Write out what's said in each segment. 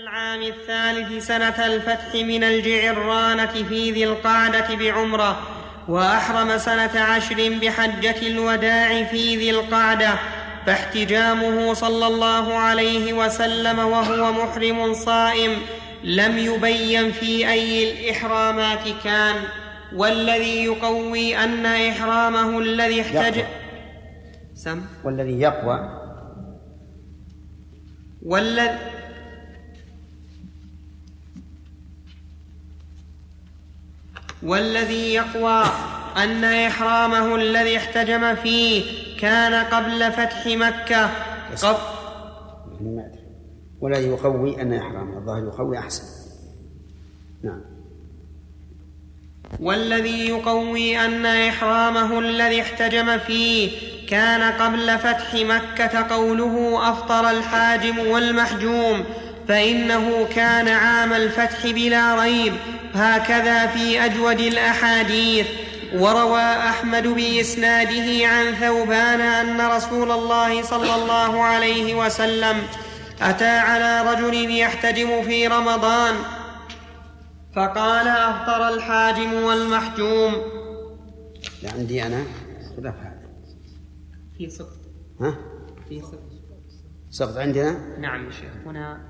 العام الثالث سنة الفتح من الجعرانة في ذي القعدة بعمرة، وأحرم سنة 10 بحجة الوداع في ذي القعدة، فاحتجامه صلى الله عليه وسلم وهو محرم صائم لم يبين في أي الإحرامات كان. والذي يقوي أن إحرامه الذي احتج والذي يقوى والذي يقوى أن إحرامه الذي احتجم فيه كان قبل فتح مكة والذي يقوي أن إحرامه، الظاهر يقوي أحسن. نعم. والذي يقوي أن إحرامه الذي احتجم فيه كان قبل فتح مكة قوله أفطر الحاجم والمحجوم، فإنه كان عام الفتح بلا ريب، هكذا في أجود الأحاديث. وروى أحمد بإسناده عن ثوبان أن رسول الله صلى الله عليه وسلم أتى على رجل يحتجم في رمضان فقال أفطر الحاجم والمحجوم. عندي أنا خلاف هذا في سقط. في سقط عندنا. نعم يا شيخ. هنا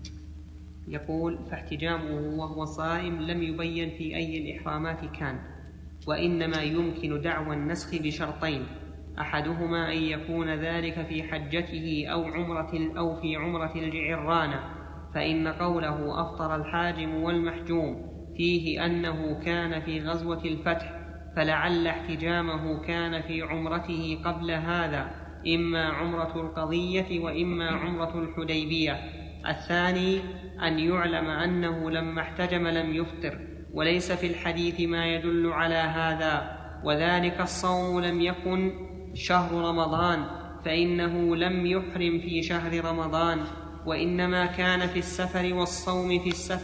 يقول فاحتجامه وهو صائم لم يبين في أي الإحرامات كان، وإنما يمكن دعوى النسخ بشرطين، أحدهما أن يكون ذلك في حجته أو في عمرة الجعرانة، فإن قوله أفطر الحاجم والمحجوم فيه أنه كان في غزوة الفتح، فلعل احتجامه كان في عمرته قبل هذا، إما عمرة القضية وإما عمرة الحديبية. الثاني أن يعلم أنه لما احتجم لم يفطر، وليس في الحديث ما يدل على هذا، وذلك الصوم لم يكن شهر رمضان، فإنه لم يحرم في شهر رمضان، وإنما كان في السفر، والصوم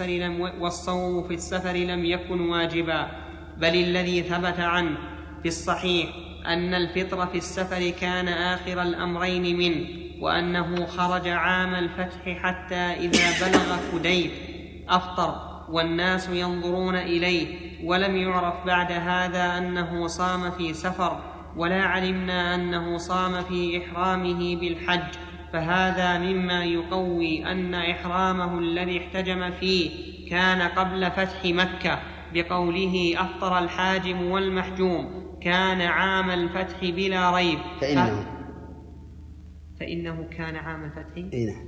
في السفر لم يكن واجبا، بل الذي ثبت عنه في الصحيح أن الفطر في السفر كان آخر الأمرين منه، وأنه خرج عام الفتح حتى إذا بلغ حديد أفطر والناس ينظرون إليه، ولم يعرف بعد هذا أنه صام في سفر، ولا علمنا أنه صام في إحرامه بالحج، فهذا مما يقوي أن إحرامه الذي احتجم فيه كان قبل فتح مكة، بقوله أفطر الحاجم والمحجوم كان عام الفتح بلا ريب. فإنه كان عام الفتح. نعم.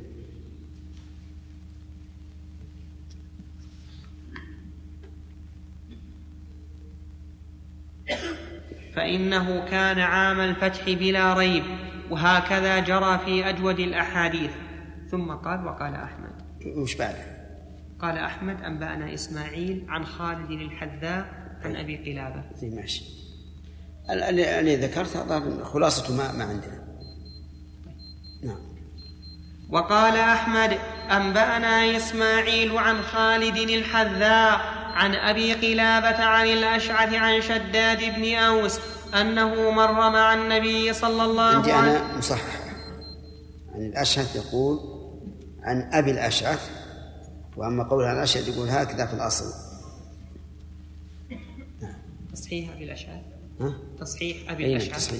فإنه كان عام الفتح بلا ريب، وهكذا جرى في أجود الأحاديث. ثم قال وقال أحمد. وش بعده؟ قال أحمد أنبأنا إسماعيل عن خالد الحذاء عن أبي قلابة. ماشي. اللي ذكرت خلاصة ما عندنا. نعم. وقال أحمد أنبأنا إسماعيل عن خالد الحذاء عن أبي قلابة عن الأشعث عن شداد بن أوس أنه مر مع النبي صلى الله عليه وسلم. عندي أنا مصحح عن الأشعث يقول عن أبي الأشعث، وأما قولها عن الأشعث يقول هكذا في الأصل. تصحيح أبي الأشعث. تصحيح أبي الأشعث.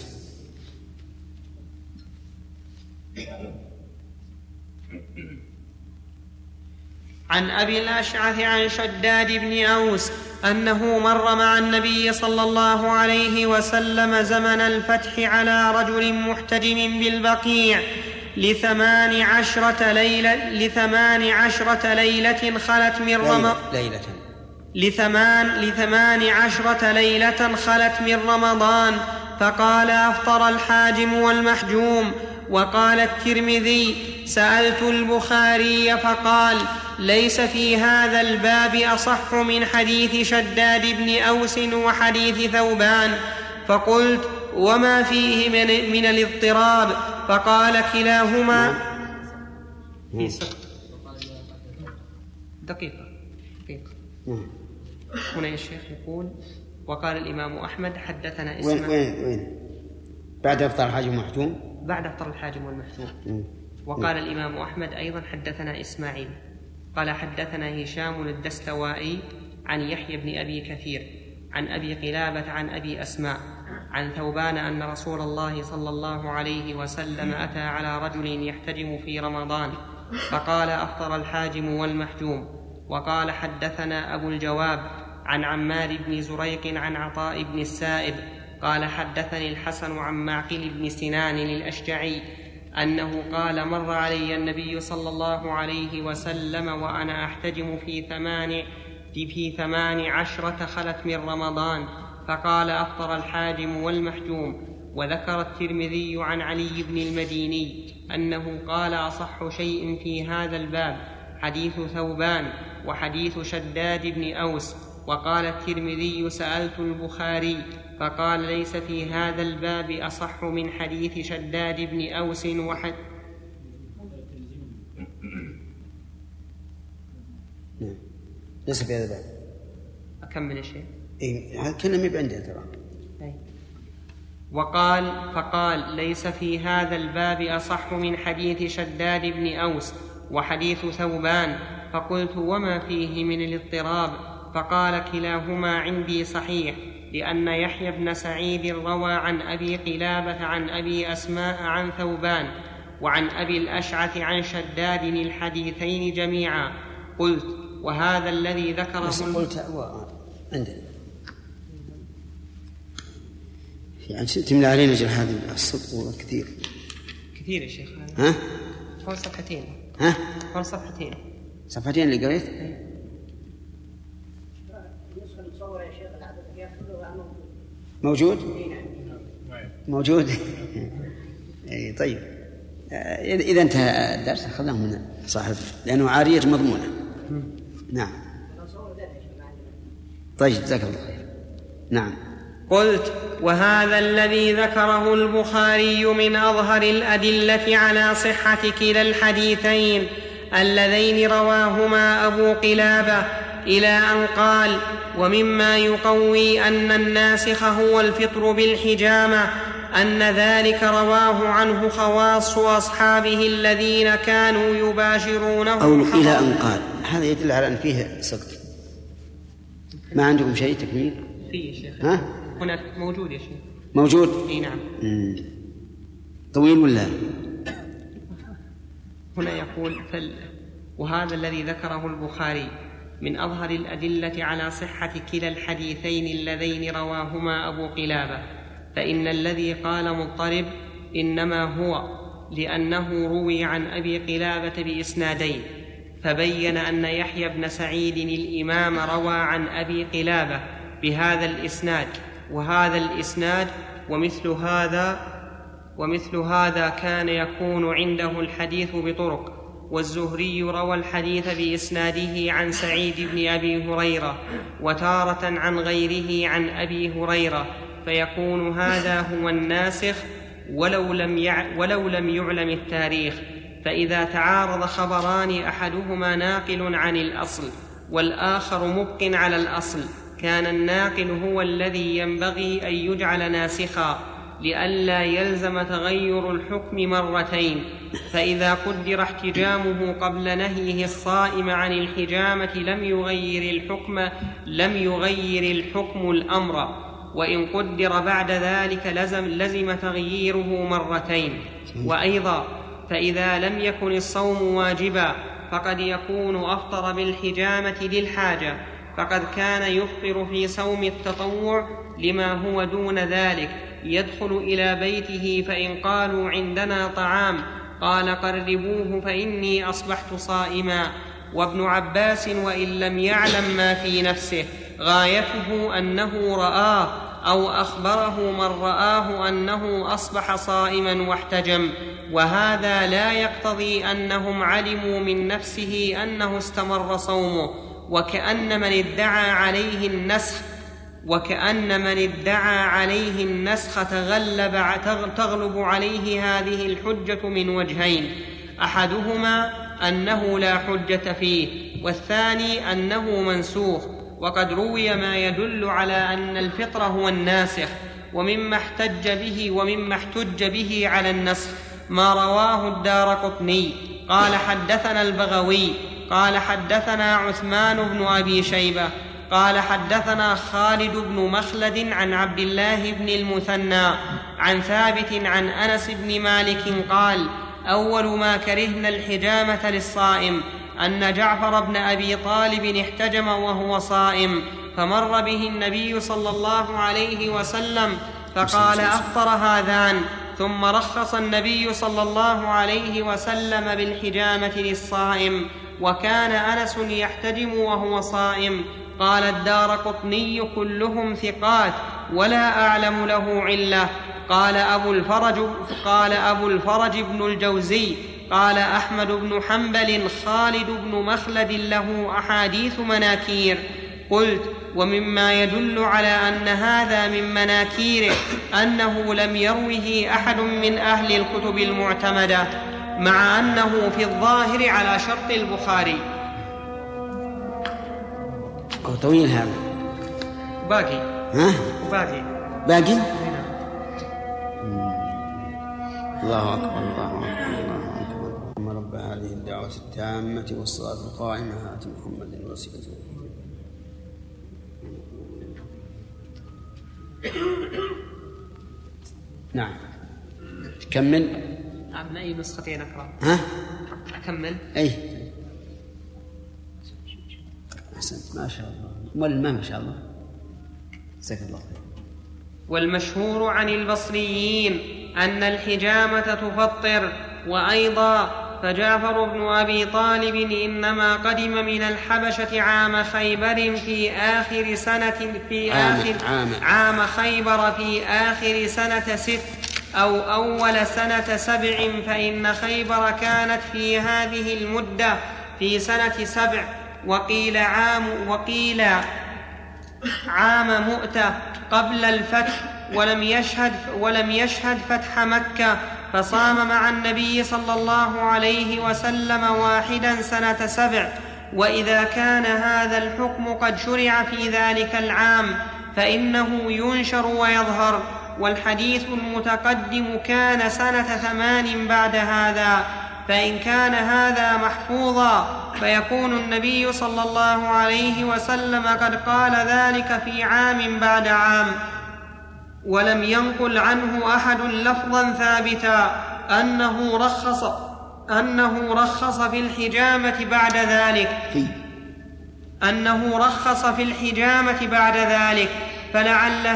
عن أبي الأشعث عن شداد بن أوس أنه مر مع النبي صلى الله عليه وسلم زمن الفتح على رجل محتجم بالبقيع ل18 ليلة خلت من رمضان، فقال أفطر الحاجم والمحجوم. وقال الترمذي سألت البخاري فقال ليس في هذا الباب أصح من حديث شداد بن أوس وحديث ثوبان، فقلت وما فيه من الاضطراب؟ فقال كلاهما في سقط. دقيقة. هنا الشيخ يقول وقال الإمام أحمد حدثنا إسماعيل. وين بعد أفطر الحاجم والمحجوم؟ بعد أفطر الحاجم والمحجوم. وقال الإمام أحمد أيضا حدثنا إسماعيل قال حدثنا هشام الدستوائي عن يحيى بن أبي كثير عن أبي قلابة عن أبي أسماء عن ثوبان أن رسول الله صلى الله عليه وسلم أتى على رجل يحتجم في رمضان فقال أفطر الحاجم والمحجوم. وقال حدثنا أبو الجواب عن عمار بن زريق عن عطاء بن السائب قال حدثني الحسن عن معقل بن سنان الأشجعي أنه قال مر علي النبي صلى الله عليه وسلم وأنا أحتجم في 18 خلت من رمضان فقال أفطر الحاجم والمحجوم. وذكر الترمذي عن علي بن المديني أنه قال أصح شيء في هذا الباب حديث ثوبان وحديث شداد بن أوس. وقال الترمذي سألت البخاري فقال ليس في هذا الباب أصح من حديث شداد بن أوس ليس في هذا الباب. أكمل الشيء هذا كلام يبقى عندنا ترى. فقال ليس في هذا الباب أصح من حديث شداد بن أوس وحديث ثوبان. فقلت وما فيه من الاضطراب؟ فقال كلاهما عندي صحيح لأن يحيى بن سعيد روى عن أبي قلابة عن أبي أسماء عن ثوبان وعن أبي الأشعث عن شداد الحديثين جميعا. قلت وهذا الذي ذكره عندنا يعني تملى علينا جل هذا الصدق كثير يا شيخ. ها؟ حول صفحتين. ها؟ حول صفحتين. صفحتين اللي قريت؟ موجود؟ موجود. طيب إذا انتهى الدرس أخذناه من صاحب لأنه عارية مضمونة. نعم. طيب جزاك الله خير. نعم. قلت وهذا الذي ذكره البخاري من أظهر الأدلة على صحة كلا الحديثين اللذين رواهما أبو قلابة إلى أن قال ومما يقوي أن الناسخ هو الفطر بالحجامة أن ذلك رواه عنه خواص أصحابه الذين كانوا يباشرونه. أو إلى أن قال هذا يدل على أن فيه صدق. ما عندكم شيء تكميل؟ فيه يا شيخ. ها؟ هنا موجود يا شيخ. موجود؟ اي نعم. طويل ولا؟ هنا يقول وهذا الذي ذكره البخاري من أظهر الأدلة على صحة كلا الحديثين اللذين رواهما أبو قلابة فإن الذي قال مضطرب إنما هو لأنه روي عن أبي قلابة بإسنادين فبين أن يحيى بن سعيد الإمام روى عن أبي قلابة بهذا الإسناد وهذا الإسناد ومثل هذا كان يكون عنده الحديث بطرق. والزهري روى الحديث بإسناده عن سعيد بن أبي هريرة وتارة عن غيره عن أبي هريرة فيكون هذا هو الناسخ ولو لم يعلم التاريخ. فإذا تعارض خبران أحدهما ناقل عن الأصل والآخر مبق على الأصل كان الناقل هو الذي ينبغي أن يجعل ناسخا لئلا يلزم تغير الحكم مرتين. فإذا قدر احتجامه قبل نهيه الصائم عن الحجامة لم يغير الحكم الأمر وإن قدر بعد ذلك لزم تغييره مرتين. وأيضا فإذا لم يكن الصوم واجبا فقد يكون أفطر بالحجامة للحاجة فقد كان يفطر في صوم التطوع لما هو دون ذلك يدخل إلى بيته فإن قالوا عندنا طعام قال قربوه فإني أصبحت صائما. وابن عباس وإن لم يعلم ما في نفسه غايته أنه رآه أو أخبره من رآه أنه أصبح صائما واحتجم وهذا لا يقتضي أنهم علموا من نفسه أنه استمر صومه وكأن من ادعى عليه النسخ تغلب عليه هذه الحجة من وجهين أحدهما أنه لا حجة فيه والثاني أنه منسوخ. وقد روي ما يدل على أن الفطر هو الناسخ ومما احتج به على النسخ ما رواه الدارقطني قال حدثنا البغوي قال حدثنا عثمان بن أبي شيبة قال حدثنا خالد بن مخلد عن عبد الله بن المثنى عن ثابت عن أنس بن مالك قال أول ما كرهنا الحجامة للصائم أن جعفر بن أبي طالب احتجم وهو صائم، فمر به النبي صلى الله عليه وسلم فقال أفطر هذان، ثم رخص النبي صلى الله عليه وسلم بالحجامة للصائم، وكان أنس يحتجم وهو صائم. قال الدارقطني كلهم ثقات ولا أعلم له علة. قال أبو الفرج بن الجوزي قال أحمد بن حنبل خالد بن مخلد له أحاديث مناكير. قلت ومما يدل على أن هذا من مناكيره أنه لم يروه أحد من أهل الكتب المعتمدة، مع أنه في الظاهر على شرط البخاري. طويل هذا باقي. ها؟ باقي؟ الله أكبر الله أكبر الله أكبر. رب هذه الدعوة التامة والصلاة القائمة آت محمد وسيلته. نعم تكمل. من أي نسختين أقرأ؟ ها؟ أكمل؟ أي أحسنت ما شاء الله. ما شاء الله جزاك الله خير. والمشهور عن البصريين أن الحجامة تفطر. وأيضا فجعفر بن أبي طالب إنما قدم من الحبشة عام خيبر عام خيبر في آخر سنة 6 أو أول سنة 7، فإن خيبر كانت في هذه المدة في سنة 7، وقيل عام مؤتة قبل الفتح، ولم يشهد فتح مكة، فصام مع النبي صلى الله عليه وسلم واحدا سنة 7. وإذا كان هذا الحكم قد شرع في ذلك العام فإنه ينشر ويظهر. والحديث المتقدم كان سنة 8 بعد هذا، فإن كان هذا محفوظا فيكون النبي صلى الله عليه وسلم قد قال ذلك في عام بعد عام، ولم ينقل عنه أحد لفظا ثابتا أنه رخص في الحجامة بعد ذلك، فلعل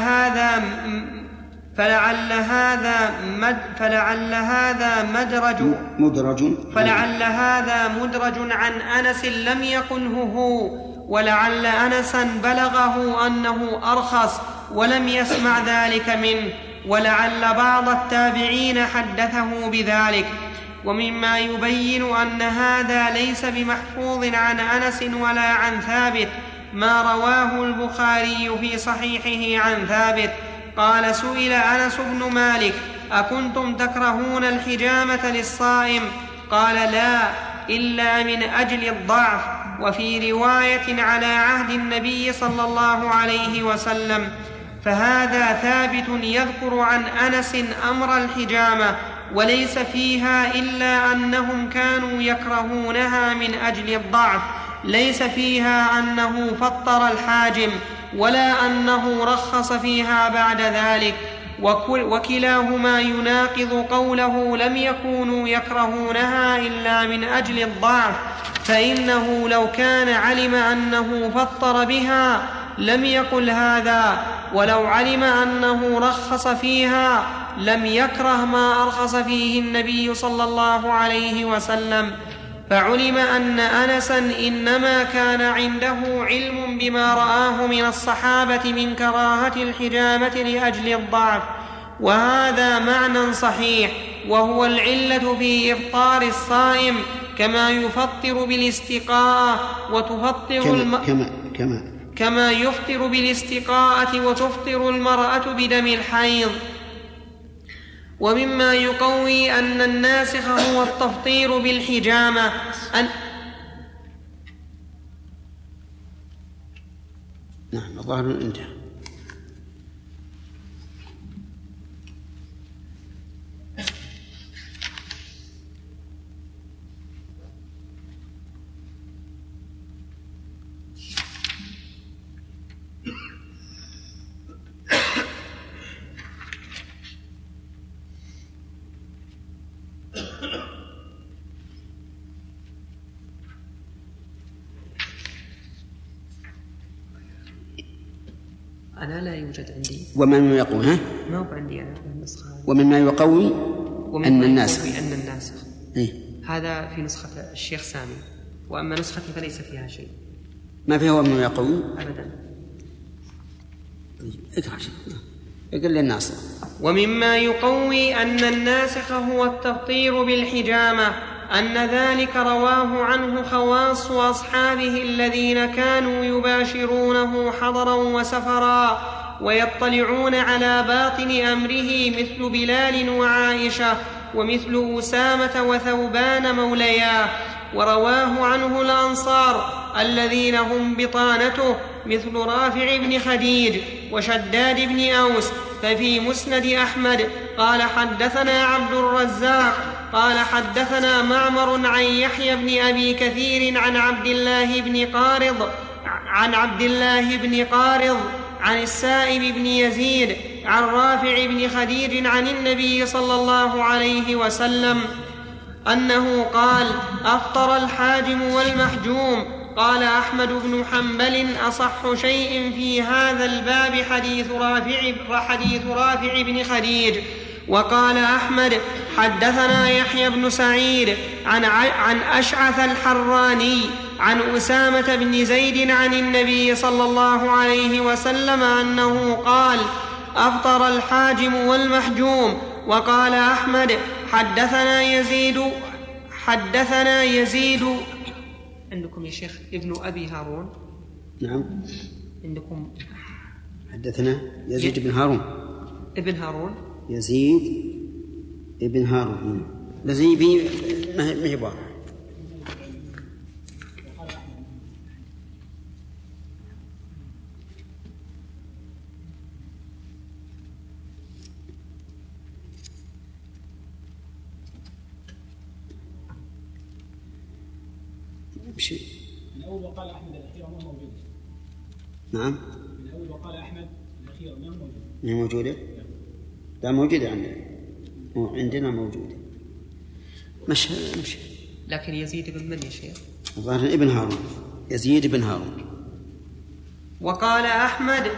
هذا مدرج عن أنس لم يقله هو، ولعل أنسا بلغه أنه أرخص ولم يسمع ذلك منه، ولعل بعض التابعين حدثه بذلك. ومما يبين أن هذا ليس بمحفوظ عن أنس ولا عن ثابت ما رواه البخاري في صحيحه عن ثابت قال سئل أنس بن مالك أكنتم تكرهون الحجامة للصائم؟ قال لا إلا من أجل الضعف. وفي رواية على عهد النبي صلى الله عليه وسلم. فهذا ثابت يذكر عن أنس أمر الحجامة، وليس فيها إلا أنهم كانوا يكرهونها من أجل الضعف، ليس فيها أنه فطر الحاجم ولا أنه رخص فيها بعد ذلك، وكلاهما يناقض قوله لم يكونوا يكرهونها إلا من أجل الضعف، فإنه لو كان علم أنه فطر بها لم يقل هذا، ولو علم أنه رخص فيها لم يكره ما أرخص فيه النبي صلى الله عليه وسلم. فعلم أن أنسا إنما كان عنده علم بما رآه من الصحابة من كراهة الحجامة لأجل الضعف، وهذا معنى صحيح، وهو العلة في إفطار الصائم كما يفطر بالاستقاءة كما يفطر بالاستقاءة وتفطر المرأة بدم الحيض. ومما يقوي أن الناسخ هو التفطير بالحجامة نعم الظاهر انتهى. أنا لا يوجد عندي. ومن يقوي ما هو عندي أنا النسخة. ومما يقوي أن الناسخ. أن الناسخ. إيه؟ هذا في نسخة الشيخ سامي، وأما نسختي فليس فيها شيء. ما فيها ومن يقوي أبدا. اقرأ شيء يقول للناس. ومما يقوي أن الناسخ هو التفطير بالحجامة أن ذلك رواه عنه خواص أصحابه الذين كانوا يباشرونه حضرا وسفرا ويطلعون على باطن أمره مثل بلال وعائشة ومثل أسامة وثوبان مولياه. ورواه عنه الأنصار الذين هم بطانته مثل رافع بن خديج وشداد بن أوس. ففي مسند أحمد قال حدثنا عبد الرزاق قال حدثنا معمر عن يحيى بن أبي كثير عن عبد الله بن قارض عن السائب بن يزيد عن رافع بن خديج عن النبي صلى الله عليه وسلم أنه قال أفطر الحاجم والمحجوم. قال أحمد بن حنبل أصح شيء في هذا الباب حديث رافع بن خديج. وقال أحمد حدثنا يحيى بن سعيد عن أشعث الحراني عن أسامة بن زيد عن النبي صلى الله عليه وسلم أنه قال أفطر الحاجم والمحجوم. وقال أحمد حدثنا يزيد عندكم يا شيخ ابن أبي هارون. نعم عندكم حدثنا يزيد بن هارون ابن هارون يزيد ابن هارون الذي به مهبار. من أول وقال أحمد الأخير ما موجود. نعم من أول وقال أحمد الأخير ما موجود. ما موجودة؟ لا موجودة عندنا موجودة. مش لكن يزيد بن من يا شيخ؟ الظاهر ابن هارون يزيد بن هارون. وقال أحمد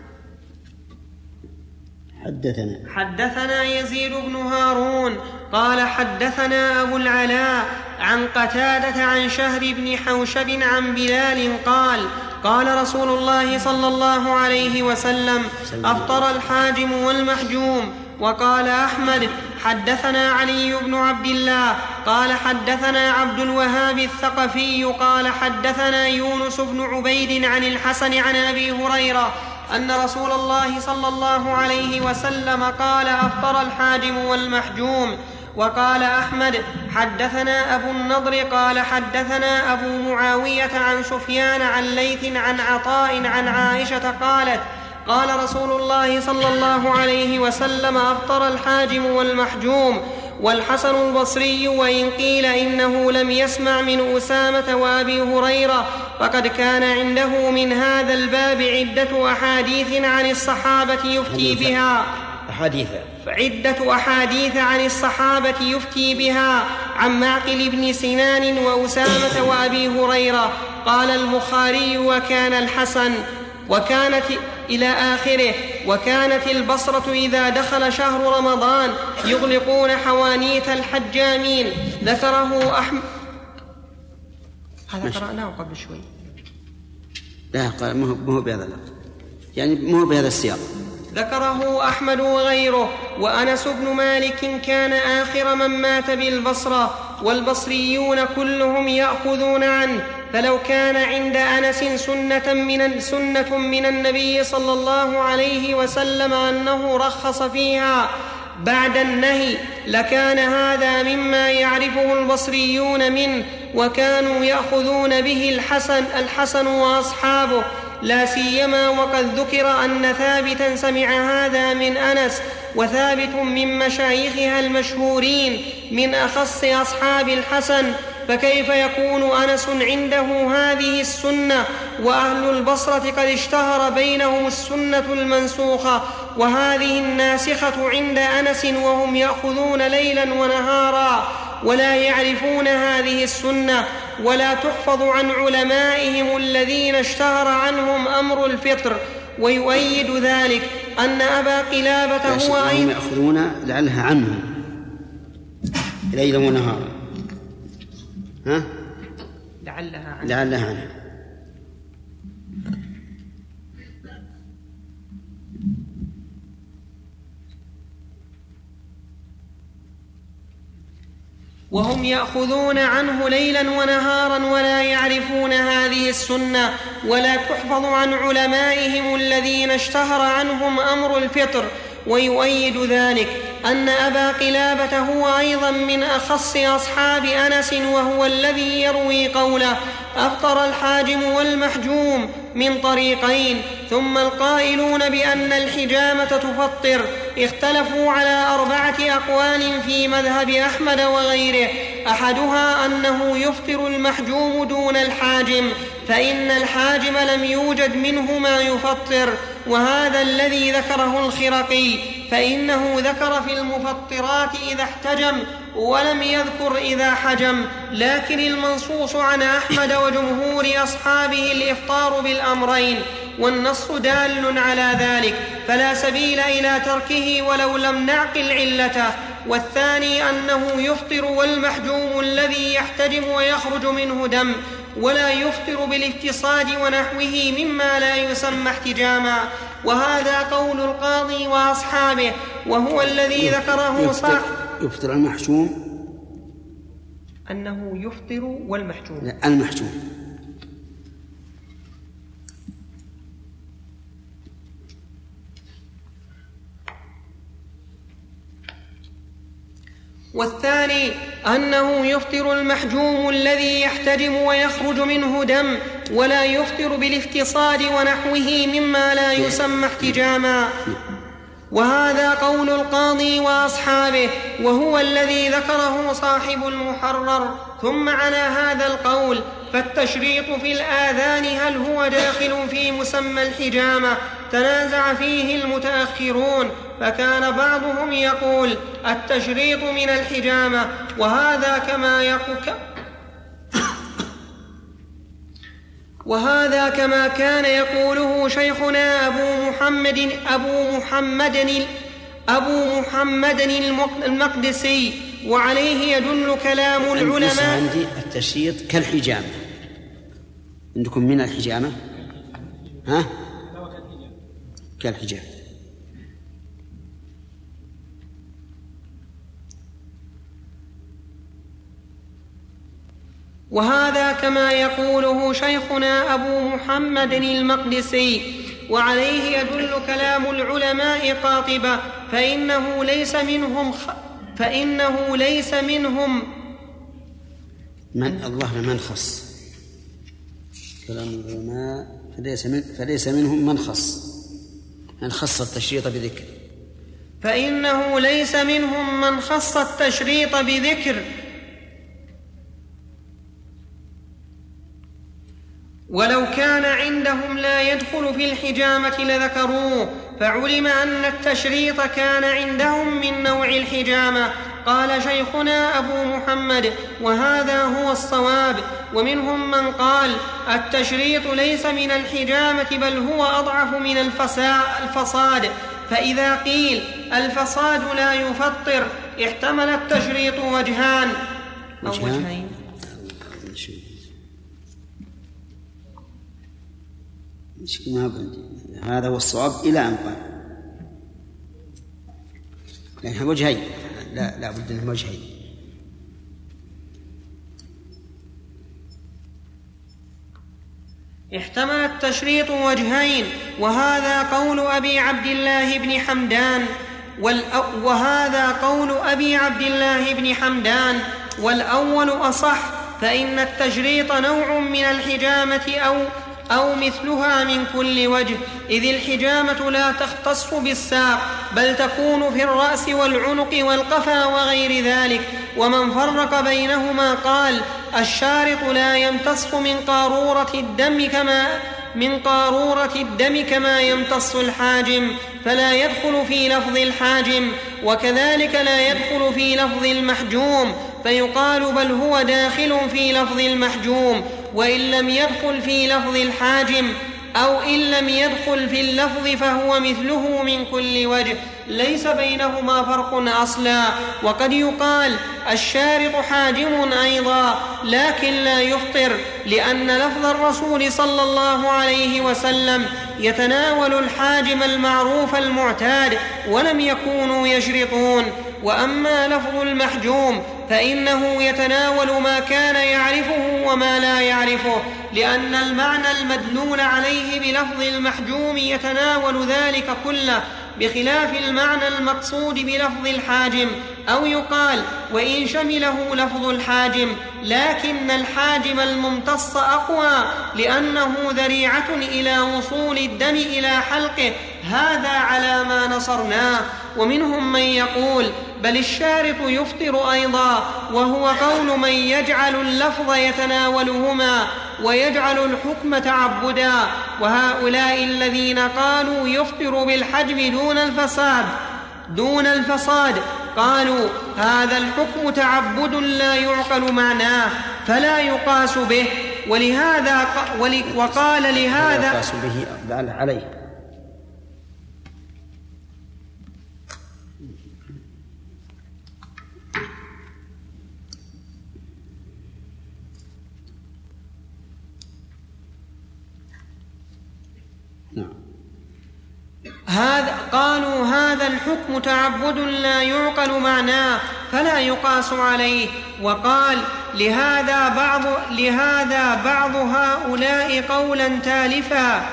حدثنا يزيد بن هارون قال حدثنا أبو العلاء عن قتادة عن شهر بن حوشب عن بلال قال رسول الله صلى الله عليه وسلم أفطر الحاجم والمحجوم. وقال أحمد حدثنا علي بن عبد الله قال حدثنا عبد الوهاب الثقفي قال حدثنا يونس بن عبيد عن الحسن عن أبي هريرة أن رسول الله صلى الله عليه وسلم قال أفطر الحاجم والمحجوم. وقال أحمد حدثنا أبو النضر قال حدثنا أبو معاوية عن سفيان عن ليث عن عطاء عن عائشة قالت قال رسول الله صلى الله عليه وسلم أفطر الحاجم والمحجوم. والحسن البصري وإن قيل إنه لم يسمع من أسامة وأبي هريرة فقد كان عنده من هذا الباب عدة أحاديث عن الصحابة يفتي بها عن معقل بن سنان وأسامة وأبي هريرة. قال البخاري وكان الحسن وكانت إلى آخره. وكانت البصرة إذا دخل شهر رمضان يغلقون حوانيت الحجامين. ذكره أحمد. هذا قرأناه قبل شوي. لا قال مو بهذا اللفظ يعني مو بهذا السياق. ذكره أحمد وغيره. وأنس بن مالك كان آخر من مات بالبصرة والبصريون كلهم يأخذون عنه. فلو كان عند أنس سنة من النبي صلى الله عليه وسلم أنه رخص فيها بعد النهي لكان هذا مما يعرفه البصريون منه وكانوا يأخذون به الحسن وأصحابه لا سيما وقد ذكر أن ثابتا سمع هذا من أنس وثابت من مشايخها المشهورين من أخص أصحاب الحسن. فكيف يكون أنس عنده هذه السنة وأهل البصرة قد اشتهر بينهم السنة المنسوخة وهذه الناسخة عند أنس وهم يأخذون ليلا ونهارا ولا يعرفون هذه السنة ولا تحفظ عن علمائهم الذين اشتهر عنهم أمر الفطر ويؤيد ذلك أن أبا قلابة هو أيضا يأخذون لعلها عنه ليلا ونهارا، ها؟ لعلها عنه. وهم يأخذون عنه ليلا ونهارا ولا يعرفون هذه السنة ولا تحفظ عن علمائهم الذين اشتهر عنهم أمر الفطر. ويؤيد ذلك أن أبا قلابة هو أيضا من أخص أصحاب أنس، وهو الذي يروي قوله أفطر الحاجم والمحجوم من طريقين. ثم القائلون بأن الحجامة تفطر اختلفوا على 4 أقوال في مذهب أحمد وغيره. أحدها أنه يفطر المحجوم دون الحاجم، فإن الحاجم لم يوجد منه ما يفطر، وهذا الذي ذكره الخرقي، فإنه ذكر في المفطرات إذا احتجم ولم يذكر إذا حجم. لكن المنصوص عن أحمد وجمهور أصحابه الإفطار بالأمرين، والنص دال على ذلك، فلا سبيل إلى تركه ولو لم نعقل علته. والثاني أنه يفطر والمحجوم الذي يحتجم ويخرج منه دم، ولا يفطر بالافتصاد ونحوه مما لا يسمى احتجاما، وهذا قول القاضي وأصحابه، وهو الذي ذكره صاحب. يفطر المحجوم أنه يفطر والمحجوم، لا المحجوم. والثاني أنه يفطر المحجوم الذي يحتجم ويخرج منه دم، ولا يفطر بالافتصاد ونحوه مما لا يسمى احتجاما، وهذا قول القاضي وأصحابه، وهو الذي ذكره صاحب المحرر. ثم على هذا القول فالتشريط في الآذان هل هو داخل في مسمى الحجامة تنازع فيه المتأخرون، فكان بعضهم يقول التشريط من الحجامة، وهذا كما كان يقوله شيخنا أبو محمد المقدسي، وعليه يدل كلام العلماء. عندي التشريط كالحجامة، عندكم من الحجامة، ها؟ كالحجامة. وهذا كما يقوله شيخنا أبو محمد المقدسي، وعليه يدل كلام العلماء قاطبة، فإنه ليس منهم من الله من خص كلام العلماء، فليس منهم من خص التشريط بذكر، فإنه ليس منهم من خص التشريط بذكر، ولو كان عندهم لا يدخل في الحجامة لذكروه، فعلم أن التشريط كان عندهم من نوع الحجامة. قال شيخنا أبو محمد وهذا هو الصواب. ومنهم من قال التشريط ليس من الحجامة بل هو أضعف من الفصاد، فإذا قيل الفصاد لا يفطر احتمل التشريط وجهان أو وجهين. هذا هو الصواب إلى أن قال، لأنها وجهين، لا بد من وجهين. احتمل التشريط وجهين، وهذا قول أبي عبد الله بن حمدان، والأول أصح، فإن التشريط نوع من الحجامة أو مثلها من كل وجه، إذ الحجامة لا تختص بالساق بل تكون في الرأس والعنق والقفا وغير ذلك. ومن فرق بينهما قال الشارط لا يمتص من قارورة الدم كما يمتص الحاجم، فلا يدخل في لفظ الحاجم، وكذلك لا يدخل في لفظ المحجوم، فيقال بل هو داخل في لفظ المحجوم، وإن لم يدخل في لفظ الحاجم أو إن لم يدخل في اللفظ فهو مثله من كل وجه، ليس بينهما فرق أصلا. وقد يقال الشارط حاجم أيضا، لكن لا يفطر، لأن لفظ الرسول صلى الله عليه وسلم يتناول الحاجم المعروف المعتاد، ولم يكونوا يشرطون. وأما لفظ المحجوم فإنه يتناول ما كان يعرفه وما لا يعرفه، لأن المعنى المدلول عليه بلفظ المحجوم يتناول ذلك كله، بخلاف المعنى المقصود بلفظ الحاجم. أو يقال وإن شمله لفظ الحاجم، لكن الحاجم الممتص أقوى، لأنه ذريعة إلى وصول الدم إلى حلقه، هذا على ما نصرناه. ومنهم من يقول بل الشارط يفطر أيضا، وهو قول من يجعل اللفظ يتناولهما ويجعل الحكم تعبدا. وهؤلاء الذين قالوا يفطر بالحجم دون الفساد قالوا هذا الحكم تعبد لا يعقل معناه فلا يقاس به، وقال لهذا يقاس به عليه. قالوا هذا الحكم تعبد لا يعقل معناه فلا يقاس عليه. وقال لهذا بعض هؤلاء قولا تالفا.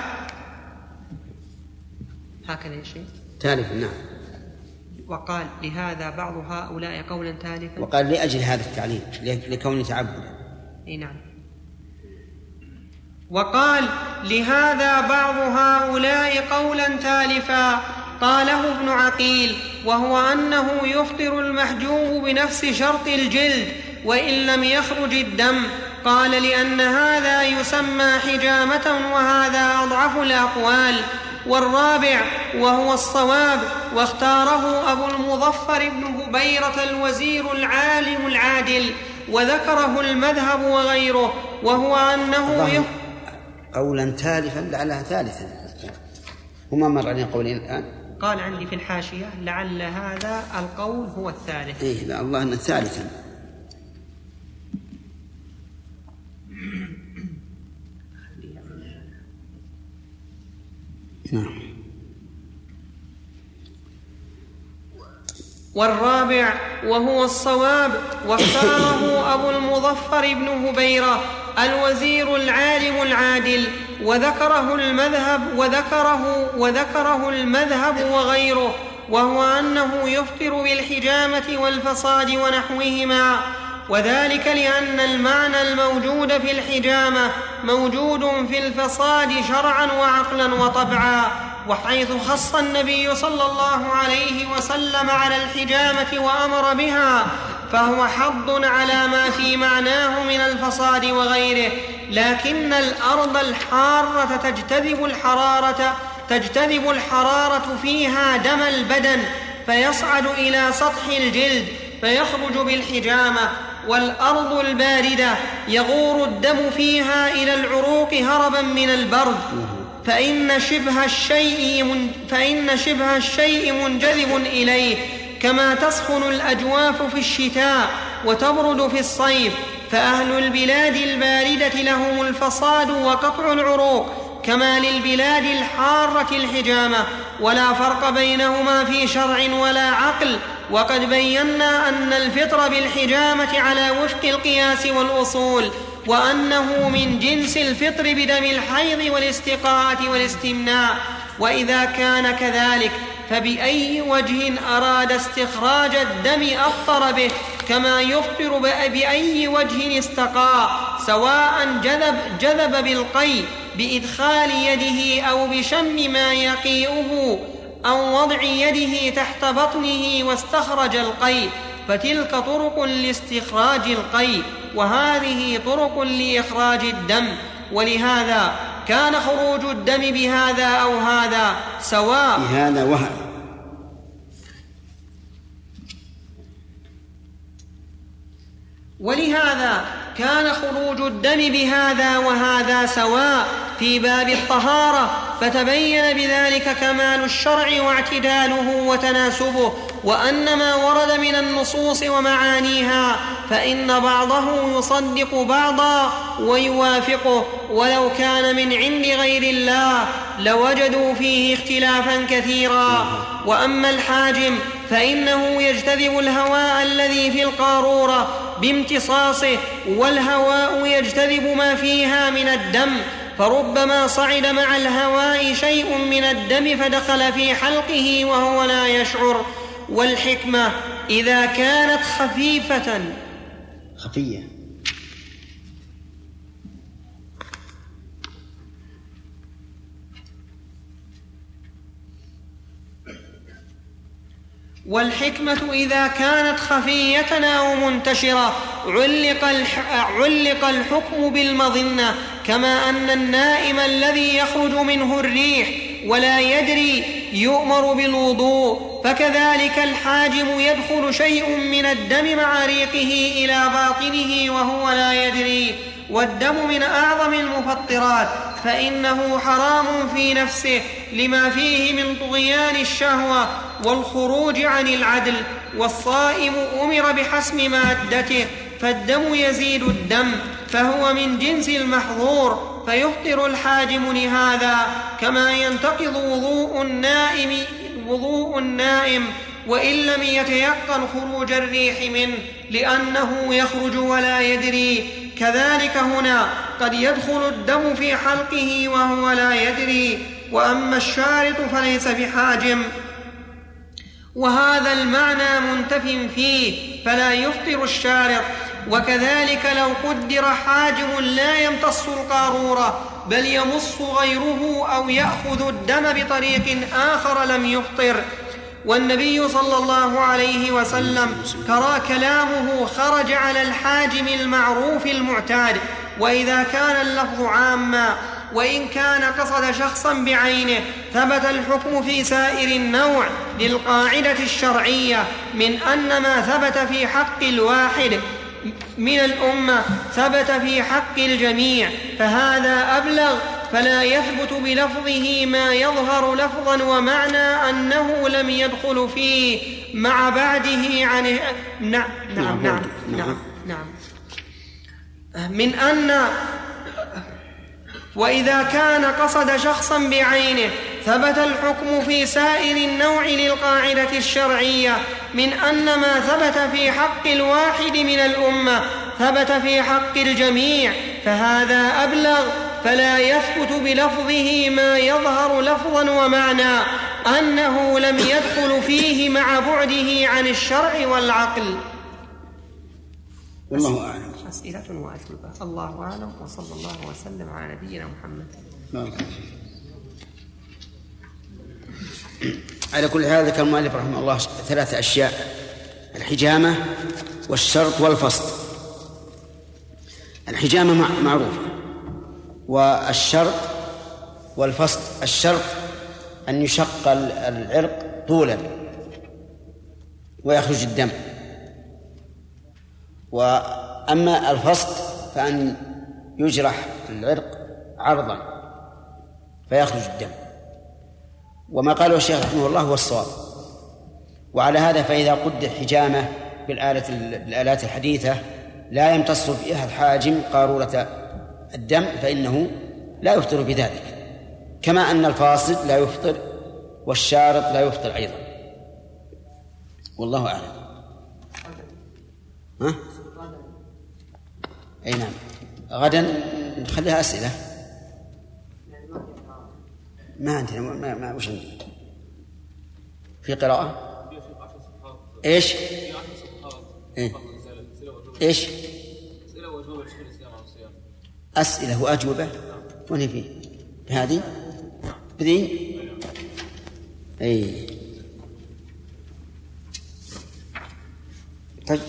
هكذا يا شيخ تالفا، نعم. وقال لهذا بعض هؤلاء قولا تالفا، وقال لأجل هذا التعليل لكونه تعبدا. اي نعم. وقال لهذا بعض هؤلاء قولا تالفا قاله ابن عقيل، وهو أنه يفطر المحجوم بنفس شرط الجلد وإن لم يخرج الدم. قال لأن هذا يسمى حجامة، وهذا أضعف الأقوال. والرابع وهو الصواب، واختاره أبو المظفر بن هبيرة الوزير العالم العادل، وذكره المذهب وغيره، وهو أنه قولا تالفا لعلها ثالثا. هما مر علينا قولين الآن. قال عندي في الحاشية لعل هذا القول هو الثالث. إيه، لا الله أنه ثالثا. نعم. والرابع وهو الصواب، واختاره أبو المظفر بن هبيرة الوزير العالم العادل، وذكره المذهب وغيره، وهو أنه يفطر بالحجامة والفصاد ونحوهما، وذلك لأن المعنى الموجود في الحجامة موجود في الفصاد شرعا وعقلا وطبعا. وحيث خص النبي صلى الله عليه وسلم على الحجامة وأمر بها فهو حض على ما في معناه من الفصاد وغيره، لكن الأرض الحارة تجتذب الحرارة فيها دم البدن فيصعد إلى سطح الجلد فيخرج بالحجامة، والأرض الباردة يغور الدم فيها إلى العروق هربا من البرد، فإن شبه الشيء منجذب إليه، كما تسخن الأجواف في الشتاء وتبرد في الصيف. فأهل البلاد الباردة لهم الفصاد وقطع العروق، كما للبلاد الحارة الحجامة، ولا فرق بينهما في شرع ولا عقل. وقد بينا أن الفطر بالحجامة على وفق القياس والأصول، وأنه من جنس الفطر بدم الحيض والاستقاءة والاستمناء. وإذا كان كذلك فبأي وجه أراد استخراج الدم أفطر به، كما يفطر بأي وجه استقاء، سواء جذب بالقي بإدخال يده أو بشم ما يقيئه أو وضع يده تحت بطنه واستخرج القي، فتلك طرق لاستخراج القي، وهذه طرق لإخراج الدم. ولهذا كان خروج الدم بهذا أو هذا سواء، بهذا وهذا. ولهذا كان خروج الدم بهذا وهذا سواء في باب الطهارة، فتبين بذلك كمال الشرع واعتداله وتناسبه، وأن ما ورد من النصوص ومعانيها فإن بعضه يصدق بعضا ويوافقه، ولو كان من عند غير الله لوجدوا فيه اختلافا كثيرا. وأما الحاجم فإنه يجتذب الهواء الذي في القارورة بامتصاصه، والهواء يجتذب ما فيها من الدم، فربما صعد مع الهواء شيء من الدم فدخل في حلقه وهو لا يشعر. والحكمة إذا كانت خفية والحكمة إذا كانت خفية أو منتشرة علق الحكم بالمظنة، كما أن النائم الذي يخرج منه الريح ولا يدري يؤمر بالوضوء، فكذلك الحاجم يدخل شيء من الدم مع ريقه إلى باطنه وهو لا يدري. والدم من أعظم المفطرات، فإنه حرام في نفسه لما فيه من طغيان الشهوة والخروج عن العدل، والصائم أمر بحسم مادته، فالدم يزيد الدم فهو من جنس المحظور، فيفطر الحاجم لهذا، كما ينتقض وضوء النائم وإن لم يتيقن خروج الريح منه لأنه يخرج ولا يدري. كذلك هنا قد يدخل الدم في حلقه وهو لا يدري. وأما الشارط فليس بحاجم، وهذا المعنى منتف فيه، فلا يفطر الشارط. وكذلك لو قدر حاجم لا يمتص القارورة بل يمص غيره أو يأخذ الدم بطريق آخر لم يفطر. والنبي صلى الله عليه وسلم ترى كلامه خرج على الحاجم المعروف المعتاد، وإذا كان اللفظ عاما وإن كان قصد شخصا بعينه ثبت الحكم في سائر النوع للقاعدة الشرعية من أن ما ثبت في حق الواحد من الأمة ثبت في حق الجميع، فهذا أبلغ، فلا يثبت بلفظه ما يظهر لفظا ومعنى أنه لم يدخل فيه مع بعده عن من أن وإذا كان قصد شخصا بعينه ثبت الحكم في سائر النوع للقاعدة الشرعية من أن ما ثبت في حق الواحد من الأمة ثبت في حق الجميع، فهذا أبلغ، فلا يثبت بلفظه ما يظهر لفظا ومعنى أنه لم يدخل فيه مع بعده عن الشرع والعقل. والله أعلم. أسئلة وأجوبة. الله أعلم، وصلى الله وسلم على نبينا محمد. على كل هذا ذكر المؤلف رحمه الله 3 أشياء: الحجامة والشرط والفصل. الحجامة معروفة، والشرط والفصل: الشرط أن يشق العرق طولا ويخرج الدم، وأما الفصل فأن يجرح العرق عرضا فيخرج الدم. وما قاله الشيخ رحمه الله هو الصواب. وعلى هذا فإذا قدر حجامة بالآلات الحديثة لا يمتص فيها الحاجم قارورة الدم فإنه لا يفطر بذلك، كما أن الفاصل لا يفطر والشارط لا يفطر أيضا. والله أعلم. أي نعم، غدا نخليها أسئلة. ما عندنا ما وش عندي في قراءة إيش إيش أسئلة وأجوبة وين فيه هذه بدين أي طيب.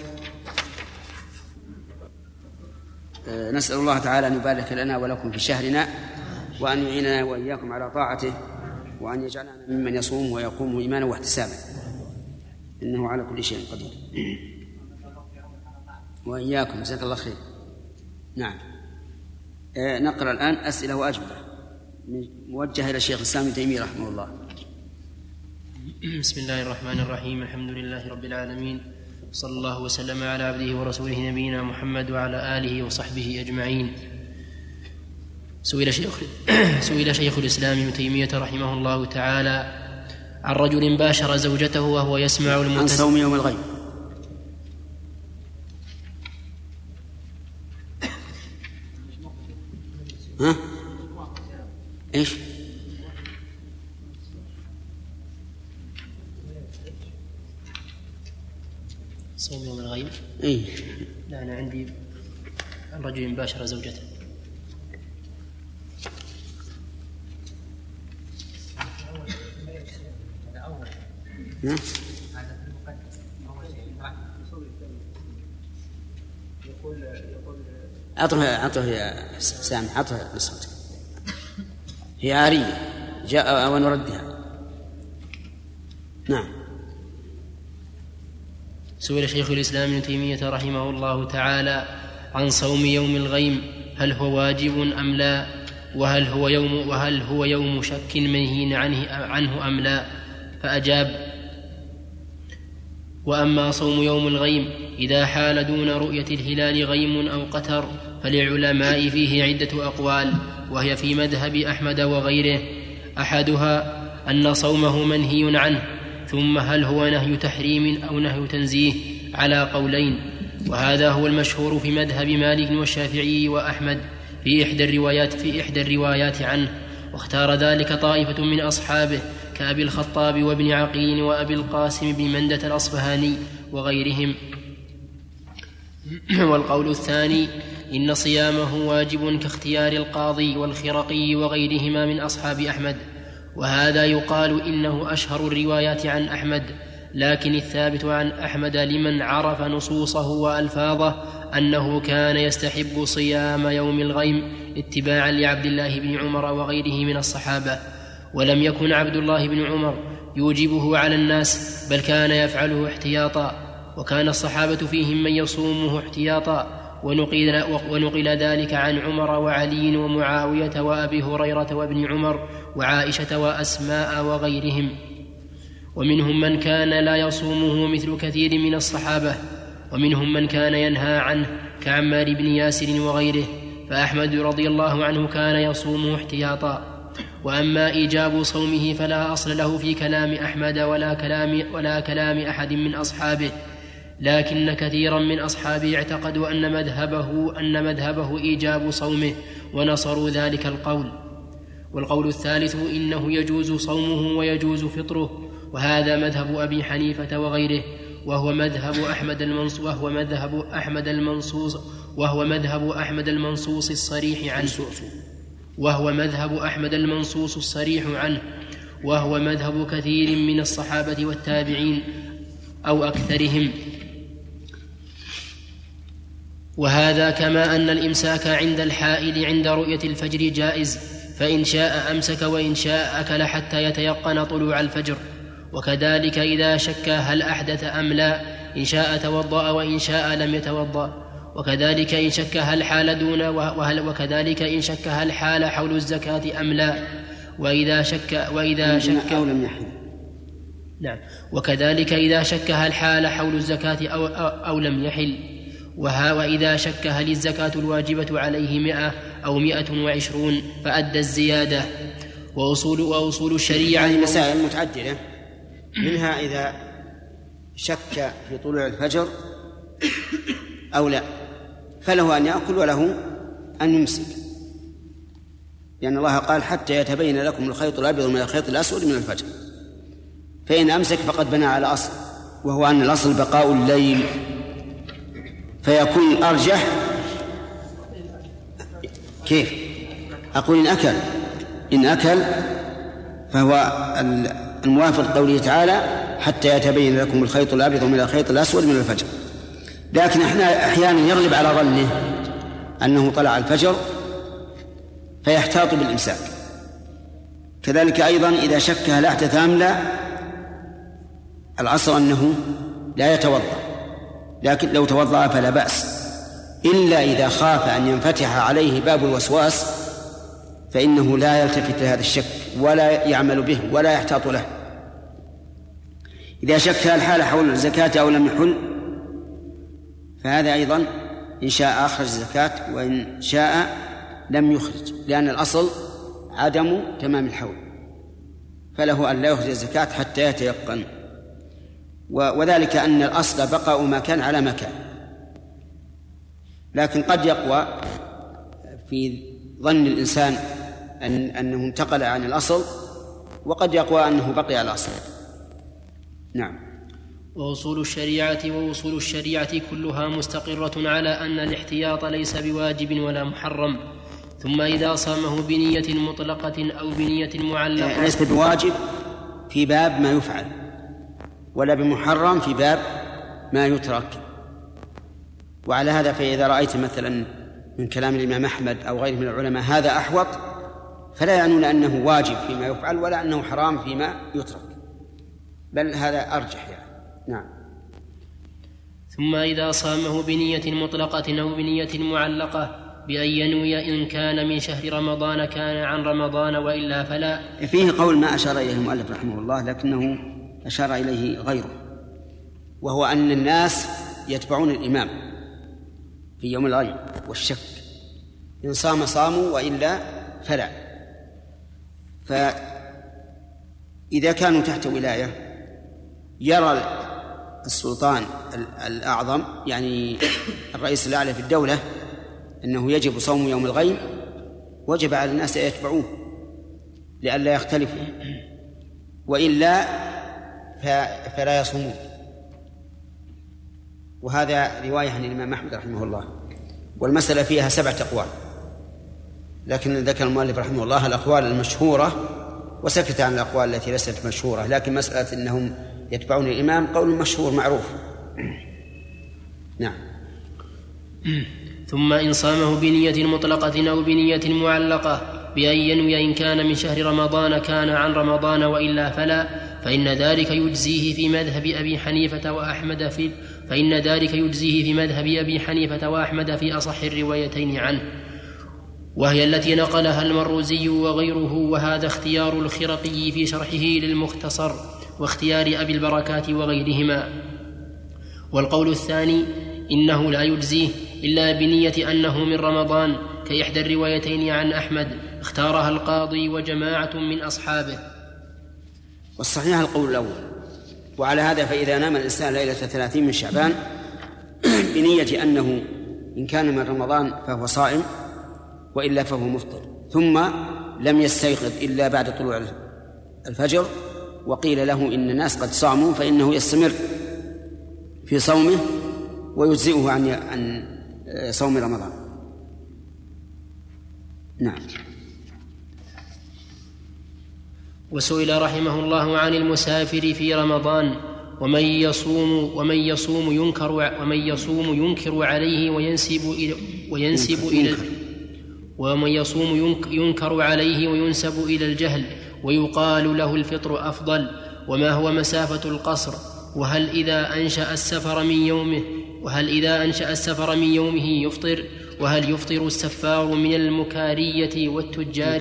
نسأل الله تعالى أن يبارك لنا ولكم في شهرنا، وأن يعيننا وإياكم على طاعته، وأن يجعلنا ممن يصوم ويقوم إيمانا واحتسابا، إنه على كل شيء قدير. وإياكم، جزاك الله خير. نعم. نقرأ الآن أسئلة وأجوبة موجهة إلى الشيخ الإسلام ابن تيمية رحمه الله. بسم الله الرحمن الرحيم. الحمد لله رب العالمين، صلى الله وسلم على عبده ورسوله نبينا محمد وعلى آله وصحبه أجمعين. سئل شيخ الإسلام ابن تيمية رحمه الله تعالى عن رجل باشر زوجته وهو يسمع عن صوم يوم الغيب. ها؟ إيش؟ صوم يوم الغيب؟ إيه؟ لا، أنا عندي عن رجل باشر زوجته. نعم. أعطه يا سامي، أعطه نسخته، هي عارية جاء ونردها. نعم. سئل شيخ الإسلام ابن تيمية رحمه الله تعالى عن صوم يوم الغيم، هل هو واجب أم لا؟ وهل هو يوم شك منهي عنه أم لا؟ فأجاب: وأما صوم يوم الغيم إذا حال دون رؤية الهلال غيم أو قتر فللعلماء فيه عدة أقوال، وهي في مذهب أحمد وغيره. أحدها أن صومه منهي عنه، ثم هل هو نهي تحريم أو نهي تنزيه على قولين، وهذا هو المشهور في مذهب مالك والشافعي وأحمد في إحدى الروايات عنه، واختار ذلك طائفة من أصحابه كأبي الخطاب وابن عقيل وأبي القاسم بن مندة الأصفهاني وغيرهم. والقول الثاني إن صيامه واجب كاختيار القاضي والخرقي وغيرهما من أصحاب أحمد، وهذا يقال إنه أشهر الروايات عن أحمد، لكن الثابت عن أحمد لمن عرف نصوصه وألفاظه أنه كان يستحب صيام يوم الغيم اتباعا لعبد الله بن عمر وغيره من الصحابة، ولم يكن عبد الله بن عمر يوجبه على الناس، بل كان يفعله احتياطا، وكان الصحابة فيهم من يصومه احتياطا، ونقل ذلك عن عمر وعلي ومعاوية وأبي هريرة وابن عمر وعائشة وأسماء وغيرهم. ومنهم من كان لا يصومه مثل كثير من الصحابة، ومنهم من كان ينهى عنه كعمار بن ياسر وغيره، فأحمد رضي الله عنه كان يصومه احتياطا. وأما إيجاب صومه فلا أصل له في كلام أحمد ولا كلام أحد من أصحابه، لكن كثيرا من أصحابه اعتقدوا أن مذهبه إيجاب صومه، ونصروا ذلك القول. والقول الثالث إنه يجوز صومه ويجوز فطره، وهذا مذهب أبي حنيفة وغيره، وهو مذهب أحمد المنصوص الصريح عنه، وهو مذهب كثير من الصحابة والتابعين أو أكثرهم. وهذا كما أن الإمساك عند الحائل عند رؤية الفجر جائز، فإن شاء أمسك وإن شاء أكل حتى يتيقن طلوع الفجر. وكذلك إذا شك هل أحدث أم لا، إن شاء توضأ وإن شاء لم يتوضأ. وكذلك إن شك هل حال وكذلك إن شك هل حال حول الزكاة أم لا، وإذا شك أو لم يحل. نعم. وكذلك إذا شك هل حال حول الزكاة أو لم يحل. وإذا شك هل الزكاة الواجبة عليه 100 أو 120 فأدى الزيادة. وأصول الشريعة هذه مسائل متعددة، منها إذا شك في طلوع الفجر أو لا فله أن يأكل وله أن يمسك، لأن الله قال حتى يتبين لكم الخيط الأبيض من الخيط الأسود من الفجر. فإن أمسك فقد بنى على أصل، وهو أن الأصل بقاء الليل، فيكون الأرجح كيف؟ أقول إن أكل فهو الموافق قوله تعالى حتى يتبين لكم الخيط الأبيض من الخيط الأسود من الفجر. لكن أحيانا يغلب على ظنه أنه طلع الفجر فيحتاط بالإمساك. كذلك أيضا إذا شك هل أحدث أم لا، العصر أنه لا يتوضأ، لكن لو توضأ فلا بأس إلا إذا خاف أن ينفتح عليه باب الوسواس فإنه لا يلتفت لهذا الشك ولا يعمل به ولا يحتاط له. إذا شك هل حال حول الزكاة أو لم يحل فهذا أيضا إن شاء أخرج الزكاة وإن شاء لم يخرج، لأن الأصل عدم تمام الحول، فله أن لا يخرج الزكاة حتى يتيقن. وذلك أن الأصل بقاء ما كان على ما كان، لكن قد يقوى في ظن الإنسان أنه انتقل عن الأصل، وقد يقوى أنه بقي على الأصل. نعم. وأصول الشريعة كلها مستقرة على أن الاحتياط ليس بواجب ولا محرم. ثم إذا صامه بنية مطلقة أو بنية معلقة ليس بواجب في باب ما يفعل، ولا بمحرم في باب ما يترك. وعلى هذا فإذا رأيت مثلا من كلام الإمام أحمد أو غيره من العلماء هذا أحوط، فلا يعنون أنه واجب فيما يفعل ولا أنه حرام فيما يترك، بل هذا أرجح يعني. نعم. ثم إذا صامه بنية مطلقة أو بنية معلقة بأن ينوي إن كان من شهر رمضان كان عن رمضان وإلا فلا. فيه قول ما أشار إليه المؤلف رحمه الله لكنه أشار إليه غيره، وهو أن الناس يتبعون الإمام في يوم الغيب والشك، إن صام صاموا وإلا فلا. فإذا كانوا تحت ولاية يرى السلطان الأعظم يعني الرئيس الأعلى في الدولة أنه يجب صوم يوم الغيب، وجب على الناس أن يتبعوه لئلا يختلفوا، وإلا فلا يصومون. وهذا رواية عن الإمام أحمد رحمه الله، والمسألة فيها 7 أقوال، لكن ذكر المؤلف رحمه الله الأقوال المشهورة وسكت عن الأقوال التي ليست مشهورة. لكن مسألة أنهم يتبعون الإمام قول مشهور معروف. نعم. ثم إن صامه بنية مطلقة أو بنية معلقة بأن ينوي إن كان من شهر رمضان كان عن رمضان وإلا فلا، فإن ذلك يجزيه في مذهب أبي حنيفة وأحمد في أصح الروايتين عنه، وهي التي نقلها المروزي وغيره، وهذا اختيار الخرقي في شرحه للمختصر واختيار أبي البركات وغيرهما. والقول الثاني إنه لا يجزيه إلا بنية أنه من رمضان كإحدى الروايتين عن أحمد اختارها القاضي وجماعة من أصحابه. والصحيح القول الأول. وعلى هذا فإذا نام الإنسان ليلة 30 من شعبان بنية أنه إن كان من رمضان فهو صائم وإلا فهو مفطر، ثم لم يستيقظ إلا بعد طلوع الفجر وقيل له إن الناس قد صاموا، فإنه يستمر في صومه ويجزئه عن صوم رمضان. نعم. وسئل رحمه الله عن المسافر في رمضان ومن يصوم ينكر عليه وينسب إلى الجهل ويقال له الفطر أفضل، وما هو مسافة القصر، وهل إذا أنشأ السفر من يومه يفطر، وهل يفطر السفار من المكارية والتجار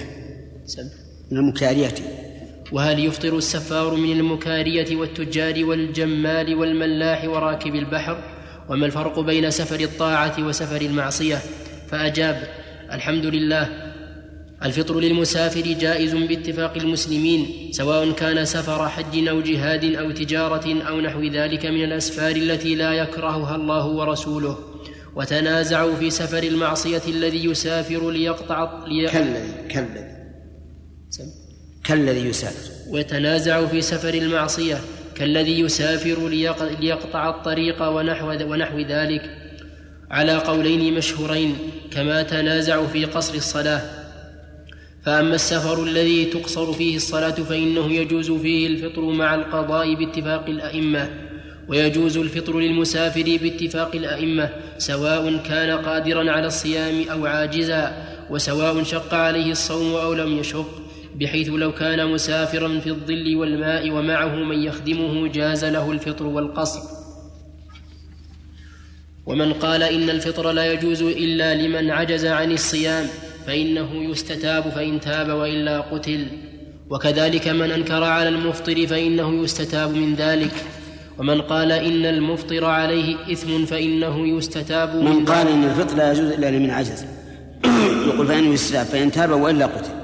وهل يفطر السفار من المكارية والتجار والجمال والملاح وراكب البحر، وما الفرق بين سفر الطاعة وسفر المعصية؟ فأجاب: الحمد لله، الفطر للمسافر جائز باتفاق المسلمين، سواء كان سفر حج أو جهاد أو تجارة أو نحو ذلك من الأسفار التي لا يكرهها الله ورسوله. وتنازعوا في سفر المعصية الذي يسافر وتنازعوا في سفر المعصية كالذي يسافر ليقطع الطريق ونحو ذلك على قولين مشهورين، كما تنازعوا في قصر الصلاة. فأما السفر الذي تقصر فيه الصلاة فإنه يجوز فيه الفطر مع القضاء باتفاق الأئمة، ويجوز الفطر للمسافر باتفاق الأئمة سواء كان قادرا على الصيام أو عاجزا، وسواء شق عليه الصوم أو لم يشق، بحيث لو كان مسافرا في الظل والماء ومعه من يخدمه جاز له الفطر والقصر. ومن قال إن الفطر لا يجوز إلا لمن عجز عن الصيام فإنه يستتاب فإن تاب وإلا قتل. وكذلك من أنكر على المفطر فإنه يستتاب من ذلك. ومن قال إن المفطر عليه إثم فإنه يستتاب من ذلك. من قال إن الفطر لا يجوز إلا لمن عجز يقول فإنه يستتاب فإن تاب وإلا قتل،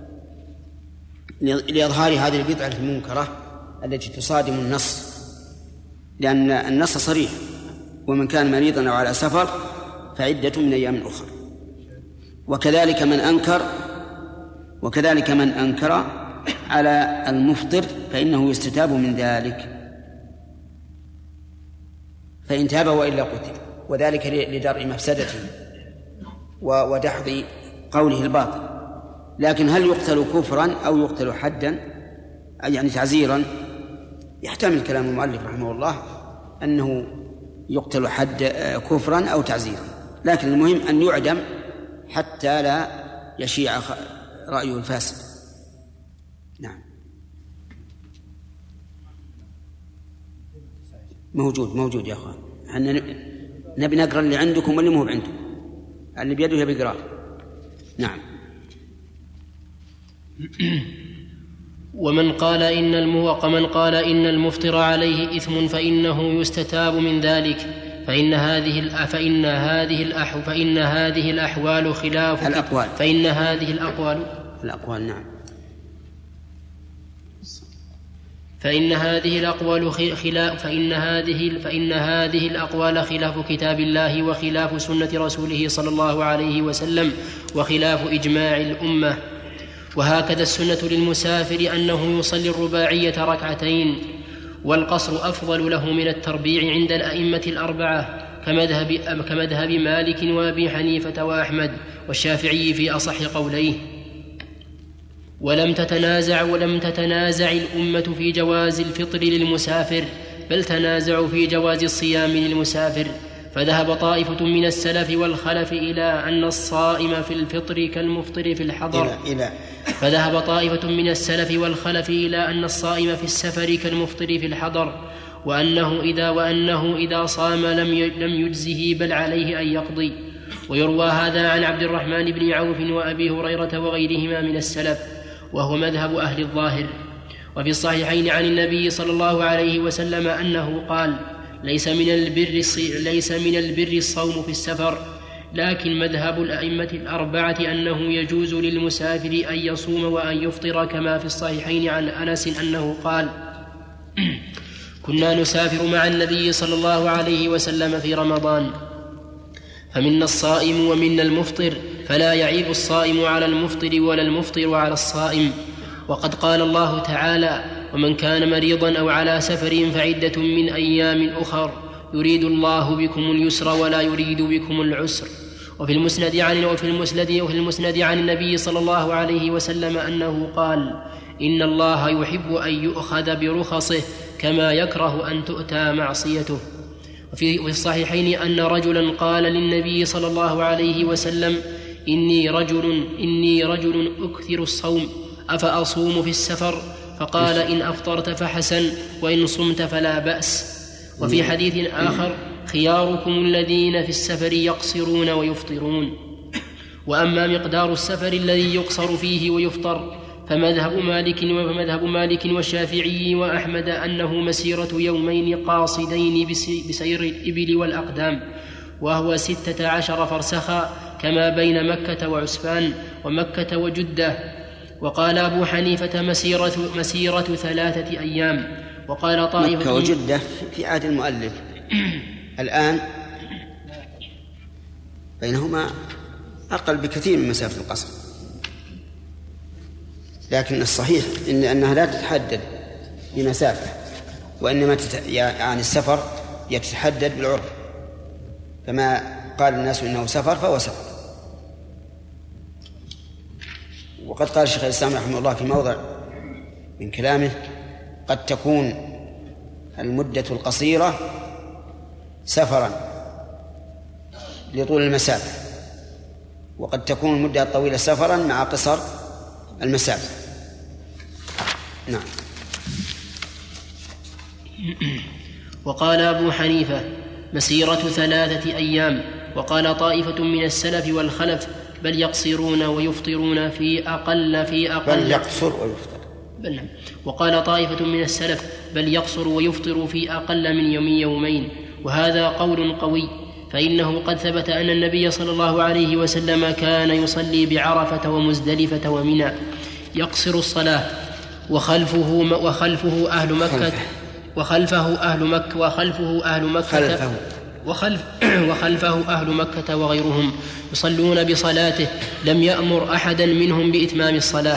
لإظهار هذه البدعة المنكرة التي تصادم النص، لأن النص صريح: ومن كان مريضا أو على سفر فعدة من أيام أخرى. وكذلك من أنكر على المفطر فإنه يستتاب من ذلك فإن تاب وإلا قتل، وذلك لدرء مفسدته ودحض قوله الباطل. لكن هل يقتل كفرا أو يقتل حدا يعني تعزيرا؟ يحتمل كلام المؤلف رحمه الله أنه يقتل حد كفرا أو تعزيرا، لكن المهم أن يعدم حتى لا يشيع رأيه الفاسد. نعم. موجود يا أخوان، احنا نبي نقرأ اللي عندكم واللي مو بعندكم، اللي بيده يبي يقرأ. نعم. ومن قال إن المفطر عليه إثم فإنه يستتاب من ذلك فإن هذه الأحوال خلاف الأقوال. فإن هذه الأقوال نعم. فإن هذه الأقوال خلاف كتاب الله وخلاف سنة رسوله صلى الله عليه وسلم وخلاف إجماع الأمة. وهكذا السنة للمسافر أنه يصلي الرباعية ركعتين، والقصر أفضل له من التربيع عند الأئمة الأربعة كمذهب مالك وأبي حنيفة وأحمد والشافعي في أصح قوليه. ولم تتنازع الأمة في جواز الفطر للمسافر، بل تنازعوا في جواز الصيام للمسافر. فذهب طائفة من السلف والخلف إلى أن الصائم في الفطر كالمفطر في الحضر. فذهب طائفة من السلف والخلف إلى أن الصائم في السفر كالمفطر في الحضر، وأنه إذا صام لم يجزه بل عليه أن يقضي. ويروى هذا عن عبد الرحمن بن عوف وأبي هريرة وغيرهما من السلف، وهو مذهب أهل الظاهر. وفي الصحيحين عن النبي صلى الله عليه وسلم أنه قال: ليس من البر الصوم في السفر، لكن مذهب الأئمة الأربعة أنه يجوز للمسافر أن يصوم وأن يفطر، كما في الصحيحين عن أنس أنه قال: كنا نسافر مع النبي صلى الله عليه وسلم في رمضان، فمنا الصائم ومنا المفطر، فلا يعيب الصائم على المفطر ولا المفطر على الصائم. وقد قال الله تعالى: ومن كان مريضا أو على سفر فعدة من أيام أخر يريد الله بكم اليسر ولا يريد بكم العسر. وفي المسند عن النبي صلى الله عليه وسلم أنه قال: إن الله يحب أن يؤخذ برخصه كما يكره أن تؤتى معصيته. وفي الصحيحين أن رجلا قال للنبي صلى الله عليه وسلم: إني رجل أكثر الصوم، أفأصوم في السفر؟ فقال: إن أفطرت فحسن، وإن صمت فلا بأس. وفي حديث آخر: خياركم الذين في السفر يقصرون ويفطرون. وأما مقدار السفر الذي يقصر فيه ويفطر فمذهب مالك والشافعي وأحمد أنه مسيرة يومين قاصدين بسير الإبل والأقدام، وهو 16 فرسخا، كما بين مكة وعسفان ومكة وجدة. وقال أبو حنيفة مسيرة 3 أيام. وقال طائفة مكة وجدة في عهد المؤلف، الآن بينهما أقل بكثير من مسافة القصر، لكن الصحيح أنها لا تتحدد بمسافة، وإنما يعني السفر يتحدد بالعرف، كما قال الناس إنه سفر فهو سفر. وقد قال الشيخ الإسلام رحمه الله في موضع من كلامه: قد تكون المدة القصيرة سفرا لطول المسافة، وقد تكون المدة الطويلة سفرا مع قصر المسافة. نعم. وقال أبو حنيفة: مسيرة 3 أيام. وقال طائفة من السلف والخلف بل يقصرون ويفطرون في أقل بل يقصر ويفطر. نعم. وقال طائفة من السلف بل يقصر ويفطر في أقل من يومين، وهذا قول قوي، فإنه قد ثبت أن النبي صلى الله عليه وسلم كان يصلي بعرفة ومزدلفة ومنى يقصر الصلاة، وخلفه أهل مكة وغيرهم يصلون بصلاته، لم يأمر أحدا منهم بإتمام الصلاة.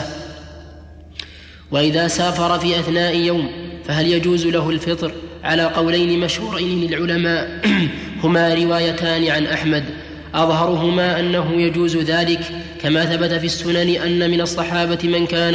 وإذا سافر في أثناء يوم فهل يجوز له الفطر؟ على قولين مشهورين للعلماء هما روايتان عن أحمد، أظهرهما أنه يجوز ذلك، كما ثبت في السنن أن من الصحابة من كان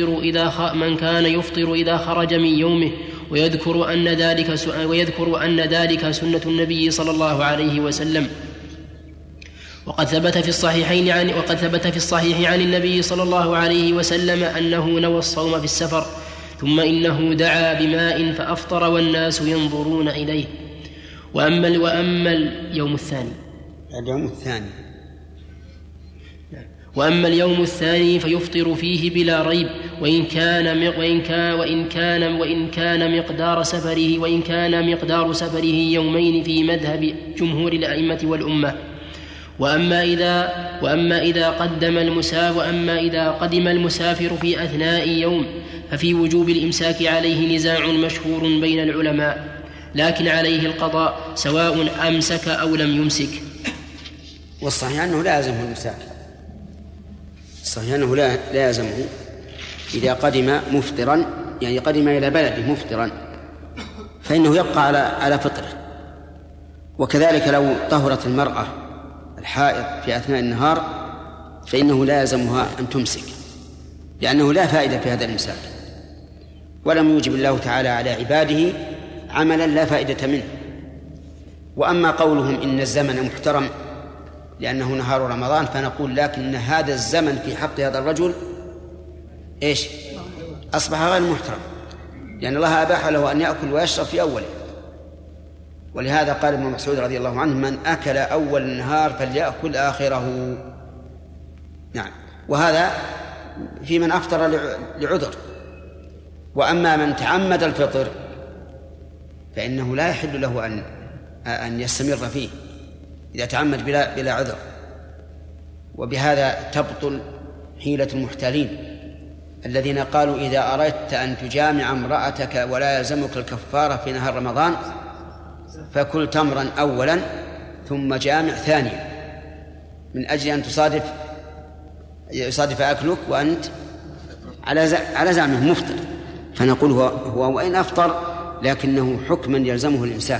يفطر إذا خرج من يومه، ويذكر أن ذلك سنة النبي صلى الله عليه وسلم. وقد ثبت في الصحيح عن النبي صلى الله عليه وسلم أنه نوى الصوم في السفر، ثم إنه دعا بماء فأفطر والناس ينظرون إليه. وأما اليوم الثاني فيفطر فيه بلا ريب، وإن كان مقدار سفره يومين في مذهب جمهور الأئمة والأمة. وأما إذا قدم المسافر في أثناء يوم ففي وجوب الإمساك عليه نزاع مشهور بين العلماء، لكن عليه القضاء سواء أمسك أو لم يمسك. والصحيح أنه لا يلزمه الإمساك، الصحيح أنه لا يلزمه إذا قدم مفطرا، يعني قدم إلى بلده مفطرا، فإنه يبقى على فطره. وكذلك لو طهرت المرأة الحائض في أثناء النهار فإنه لا يلزمها أن تمسك، لأنه لا فائدة في هذا الإمساك، ولم يوجب الله تعالى على عباده عملا لا فائدة منه. وأما قولهم إن الزمن محترم لأنه نهار رمضان، فنقول لكن هذا الزمن في حق هذا الرجل أصبح غير محترم، لأن الله أباح له أن يأكل ويشرب في أوله. ولهذا قال ابن مسعود رضي الله عنه من أكل أول النهار فليأكل آخره. نعم. وهذا في من أفطر لعذر. وأما من تعمد الفطر فإنه لا يحل له أن يستمر فيه إذا تعمد بلا عذر. وبهذا تبطل حيلة المحتالين الذين قالوا إذا أردت أن تجامع امرأتك ولا يلزمك الكفارة في نهار رمضان فكل تمرا أولا ثم جامع ثانيا، من أجل أن يصادف أكلك وأنت على زعمه مفطر. فنقول هو وإن أفطر لكنه حكما يلزمه الإمساك.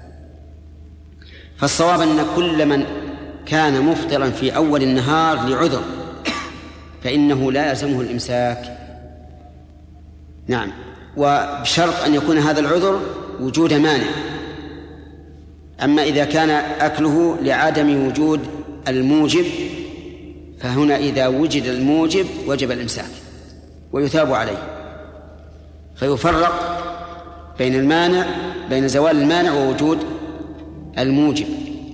فالصواب أن كل من كان مفطرا في أول النهار لعذر فإنه لا يلزمه الإمساك. نعم. وبشرط أن يكون هذا العذر وجود مانع. أما إذا كان أكله لعدم وجود الموجب فهنا إذا وجد الموجب وجب الإمساك ويثاب عليه. فيفرق بين زوال المانع ووجود الموجب.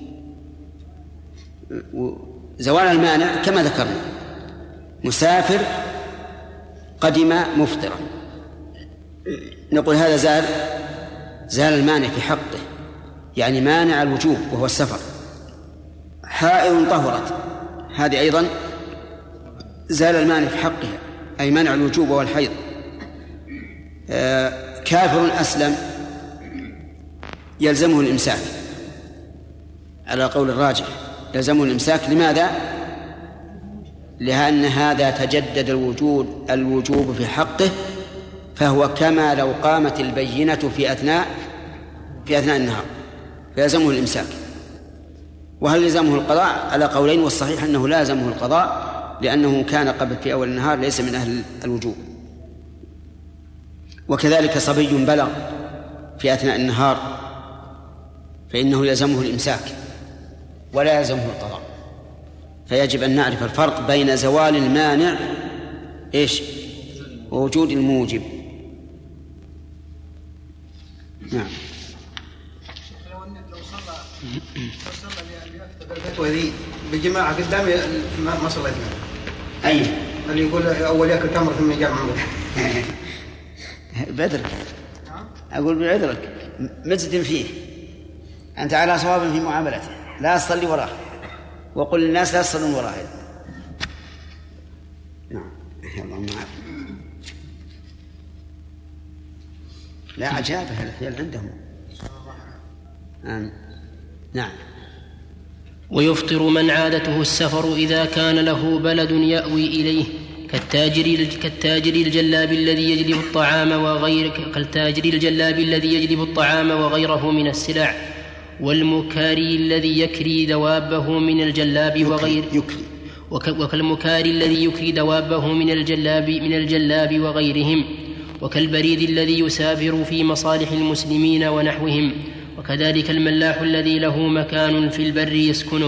زوال المانع كما ذكرنا مسافر قدم مفطرا، نقول هذا زال المانع في حقه، يعني مانع الوجوب وهو السفر. حائض طهرت، هذه أيضا زال المانع في حقها، أي منع الوجوب وهو الحيض. كافر أسلم يلزمه الإمساك على قول الراجح، يلزمه الإمساك. لماذا؟ لأن هذا تجدد الوجوب في حقه، فهو كما لو قامت البينة في أثناء النهار، فيلزمه الإمساك. وهل يلزمه القضاء؟ على قولين، والصحيح أنه لا يلزمه القضاء لأنه كان قبل في أول النهار ليس من أهل الوجوب. وكذلك صبي بلغ في أثناء النهار فإنه يلزمه الإمساك ولا يلزمه القضاء. فيجب أن نعرف الفرق بين زوال المانع ووجود الموجب. لو صلى الفتوى ذي بالجماعة قدامي ما صليت معه. أي اللي يقول أول يأكل تمر ثم يجمع عمره. بدرك. أقول بعذرك مجد فيه، أنت على صواب في معاملته، لا تصلي وراه، وقل للناس لا تصلون وراه. نعم اللهم عافية. لا عجابة الحيل عندهم. نعم. ويفطر من عادته السفر إذا كان له بلد يأوي إليه كالتاجر الجلاب الذي يجلب الطعام وغيره من السلع، والمكاري الذي يكري دوابه من الجلاب وكالمكاري الذي يكري دوابه من الجلاب وغيرهم، وكالبريد الذي يسافر في مصالح المسلمين ونحوهم، وكذلك الملاح الذي له مكان في البر يسكنه.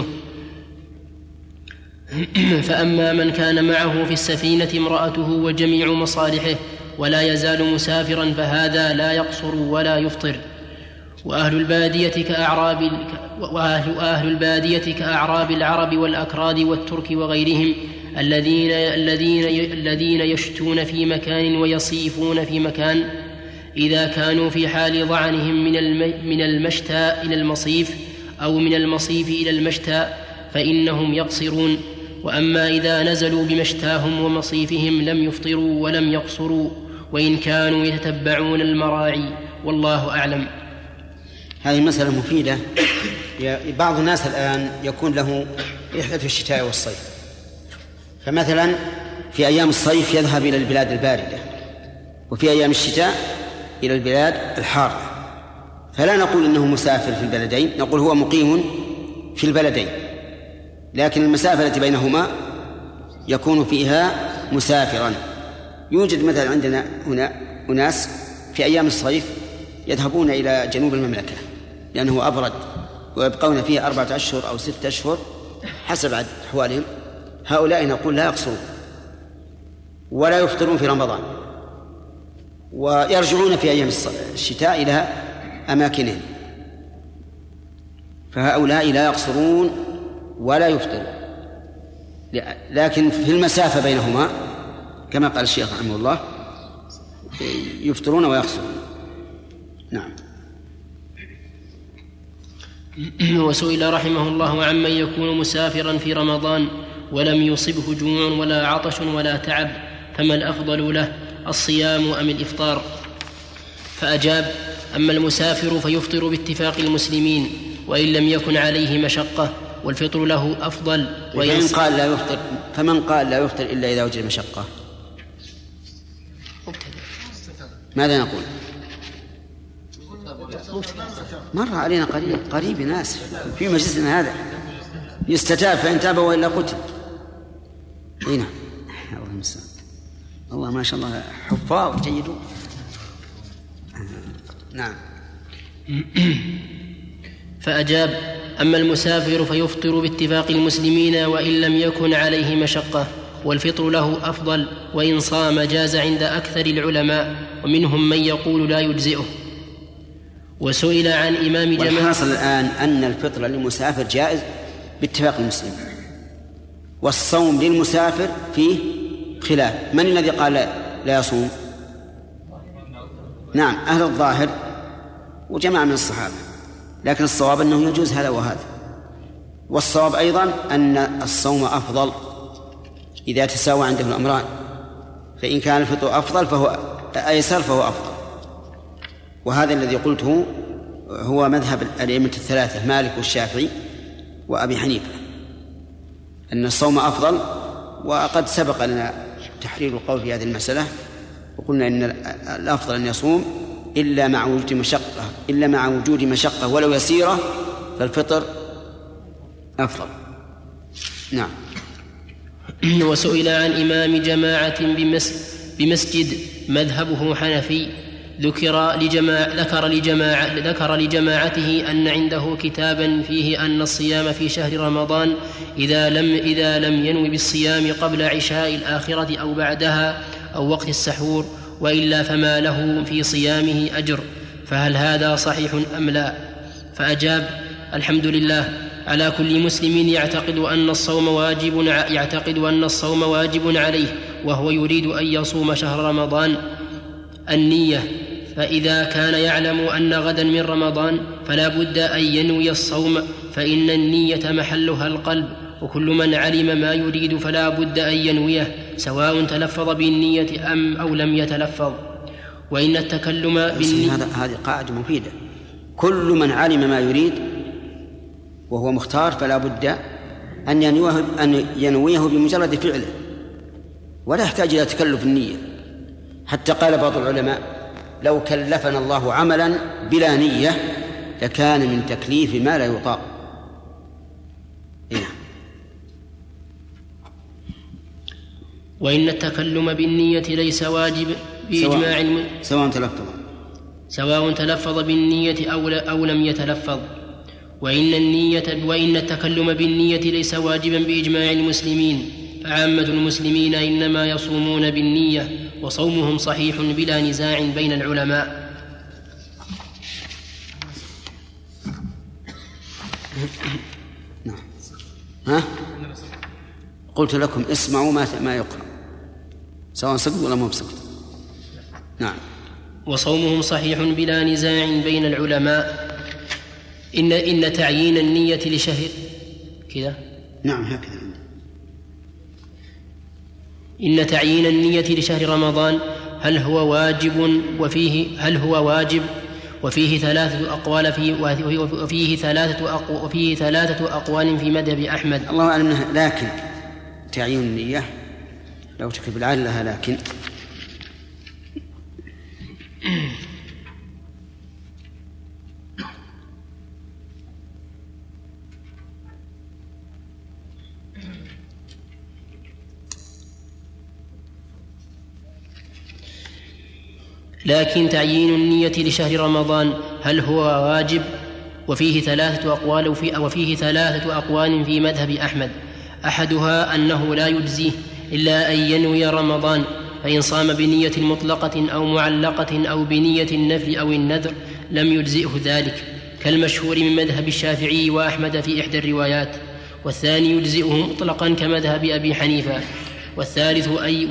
فأما من كان معه في السفينة امرأته وجميع مصالحه ولا يزال مسافرا فهذا لا يقصر ولا يفطر. وأهل البادية كأعراب العرب والأكراد والترك وغيرهم الذين يشتون في مكان ويصيفون في مكان، إذا كانوا في حال ضعنهم من المشتى إلى المصيف أو من المصيف إلى المشتى فإنهم يقصرون. وأما إذا نزلوا بمشتاهم ومصيفهم لم يفطروا ولم يقصروا، وإن كانوا يتتبعون المراعي، والله أعلم. هذه مسألة مفيدة. بعض الناس الآن يكون له رحلة في الشتاء والصيف، فمثلا في أيام الصيف يذهب إلى البلاد الباردة، وفي أيام الشتاء إلى البلاد الحارة، فلا نقول إنه مسافر في البلدين، نقول هو مقيم في البلدين، لكن المسافة التي بينهما يكون فيها مسافرا. يوجد مثلا عندنا هنا أناس في أيام الصيف يذهبون إلى جنوب المملكة لأنه أبرد، ويبقون فيه 4 أشهر أو 6 أشهر حسب عدد أحوالهم. هؤلاء نقول لا يقصرون ولا يفطرون في رمضان، ويرجعون في أيام الشتاء إلى أماكنهم، فهؤلاء لا يقصرون ولا يفطرون، لكن في المسافة بينهما كما قال الشيخ رحمه الله يفطرون ويقصرون. نعم. وسئل رحمه الله عمن يكون مسافرا في رمضان ولم يصبه جوع ولا عطش ولا تعب، فما الأفضل له، الصيام أم الإفطار؟ فأجاب: أما المسافر فيفطر باتفاق المسلمين وإن لم يكن عليه مشقة، والفطر له أفضل. فمن قال لا يفطر إلا إذا وجد مشقة ماذا نقول؟ مر علينا قريب ناس في مجلسنا هذا يستتاب فإن تاب وإلا قتل. هنا الله ما شاء الله حفاظ جيدون. نعم. فأجاب: أما المسافر فيفطر باتفاق المسلمين وإن لم يكن عليه مشقة، والفطر له أفضل، وإن صام جاز عند أكثر العلماء، ومنهم من يقول لا يجزئه. وسئل عن إمام جماعة. والحاصل الآن أن الفطر للمسافر جائز باتفاق المسلمين، والصوم للمسافر فيه خلاف. من الذي قال لا يصوم؟ نعم، أهل الظاهر وجماعة من الصحابة، لكن الصواب أنه يجوز هذا وهذا. والصواب أيضا أن الصوم أفضل إذا تساوى عنده الأمران، فإن كان الفطر أفضل فهو أيسر فهو أفضل. وهذا الذي قلته هو مذهب الأئمة الثلاثة مالك والشافعي وأبي حنيفة، أن الصوم أفضل. وقد سبق لنا تحرير القول في هذه المسألة، وقلنا إن الأفضل أن يصوم إلا مع وجود مشقة ولو يسيرة، فالفطر أفضل. نعم. وسئل عن إمام جماعة بمسجد مذهبه حنفي، ذكر لجماعته أن عنده كتابا فيه أن الصيام في شهر رمضان إذا لم ينوي بالصيام قبل عشاء الآخرة أو بعدها أو وقت السحور، وإلا فما له في صيامه أجر، فهل هذا صحيح أم لا؟ فأجاب: الحمد لله على كل مسلم يعتقد أن الصوم واجب عليه وهو يريد أن يصوم شهر رمضان النية. فإذا كان يعلم أن غدا من رمضان فلا بد أن ينوي الصوم، فإن النية محلها القلب، وكل من علم ما يريد فلا بد أن ينويه سواء تلفظ بالنية أم أو لم يتلفظ. وإن التكلم بالنية هذه قاعدة مفيدة. كل من علم ما يريد وهو مختار فلا بد أن ينويه بمجرد فعله، ولا يحتاج إلى تكلف النية. حتى قال بعض العلماء: لو كلفنا الله عملا بلا نية لكان من تكليف ما لا يطاق. وإن التكلم بالنية ليس واجب بإجماع سواء تلفظ بالنية أو لم يتلفظ. وإن التكلم بالنية ليس واجبا بإجماع المسلمين، فعامة المسلمين إنما يصومون بالنية، وصومهم صحيح بلا نزاع بين العلماء. قلت لكم اسمعوا ما يقرأ سواء سكت ولا مو بسكت. نعم. وصومهم صحيح بلا نزاع بين العلماء. إن تعيين النية لشهر كذا. نعم هكذا. إن تعيين النية لشهر رمضان هل هو واجب وفيه ثلاثة أقوال وفيه ثلاثة أقوال في مذهب أحمد. الله أعلم. لكن تعيين النية لو تكتب العالة لها لكن لكن تعيين النية لشهر رمضان هل هو واجب؟ وفيه ثلاثة أقوال في مذهب أحمد. أحدها أنه لا يجزيه إلا أن ينوي رمضان، فإن صام بنية مطلقة أو معلقة أو بنية النفل أو النذر لم يجزئه ذلك، كالمشهور من مذهب الشافعي وأحمد في إحدى الروايات. والثاني يجزئه مطلقا كمذهب أبي حنيفة. والثالث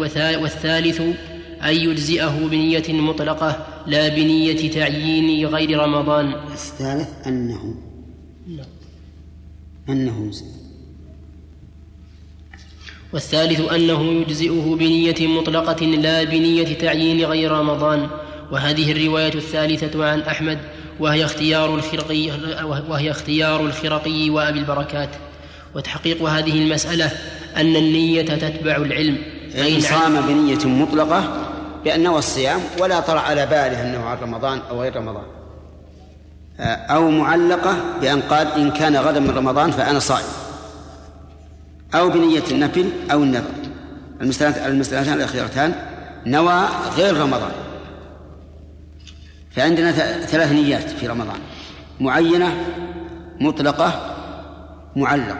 أن يجزئه بنية مطلقة لا بنية تعيين غير رمضان. الثالث أنه والثالث أنه يجزئه بنية مطلقة لا بنية تعيين غير رمضان. وهذه الرواية الثالثة عن أحمد، وهي اختيار الخرقي وأبي البركات. وتحقيق هذه المسألة أن النية تتبع العلم. فإن صام بنية مطلقة بأنه الصيام ولا طرأ على باله أنه عن رمضان أو غير رمضان، أو معلقة بأن قال إن كان غدا من رمضان فأنا صائم، أو بنية النفل أو النذر. المسألتان الأخيرتان نوى غير رمضان. فعندنا ثلاث نيات في رمضان: معينة، مطلقة، معلقة.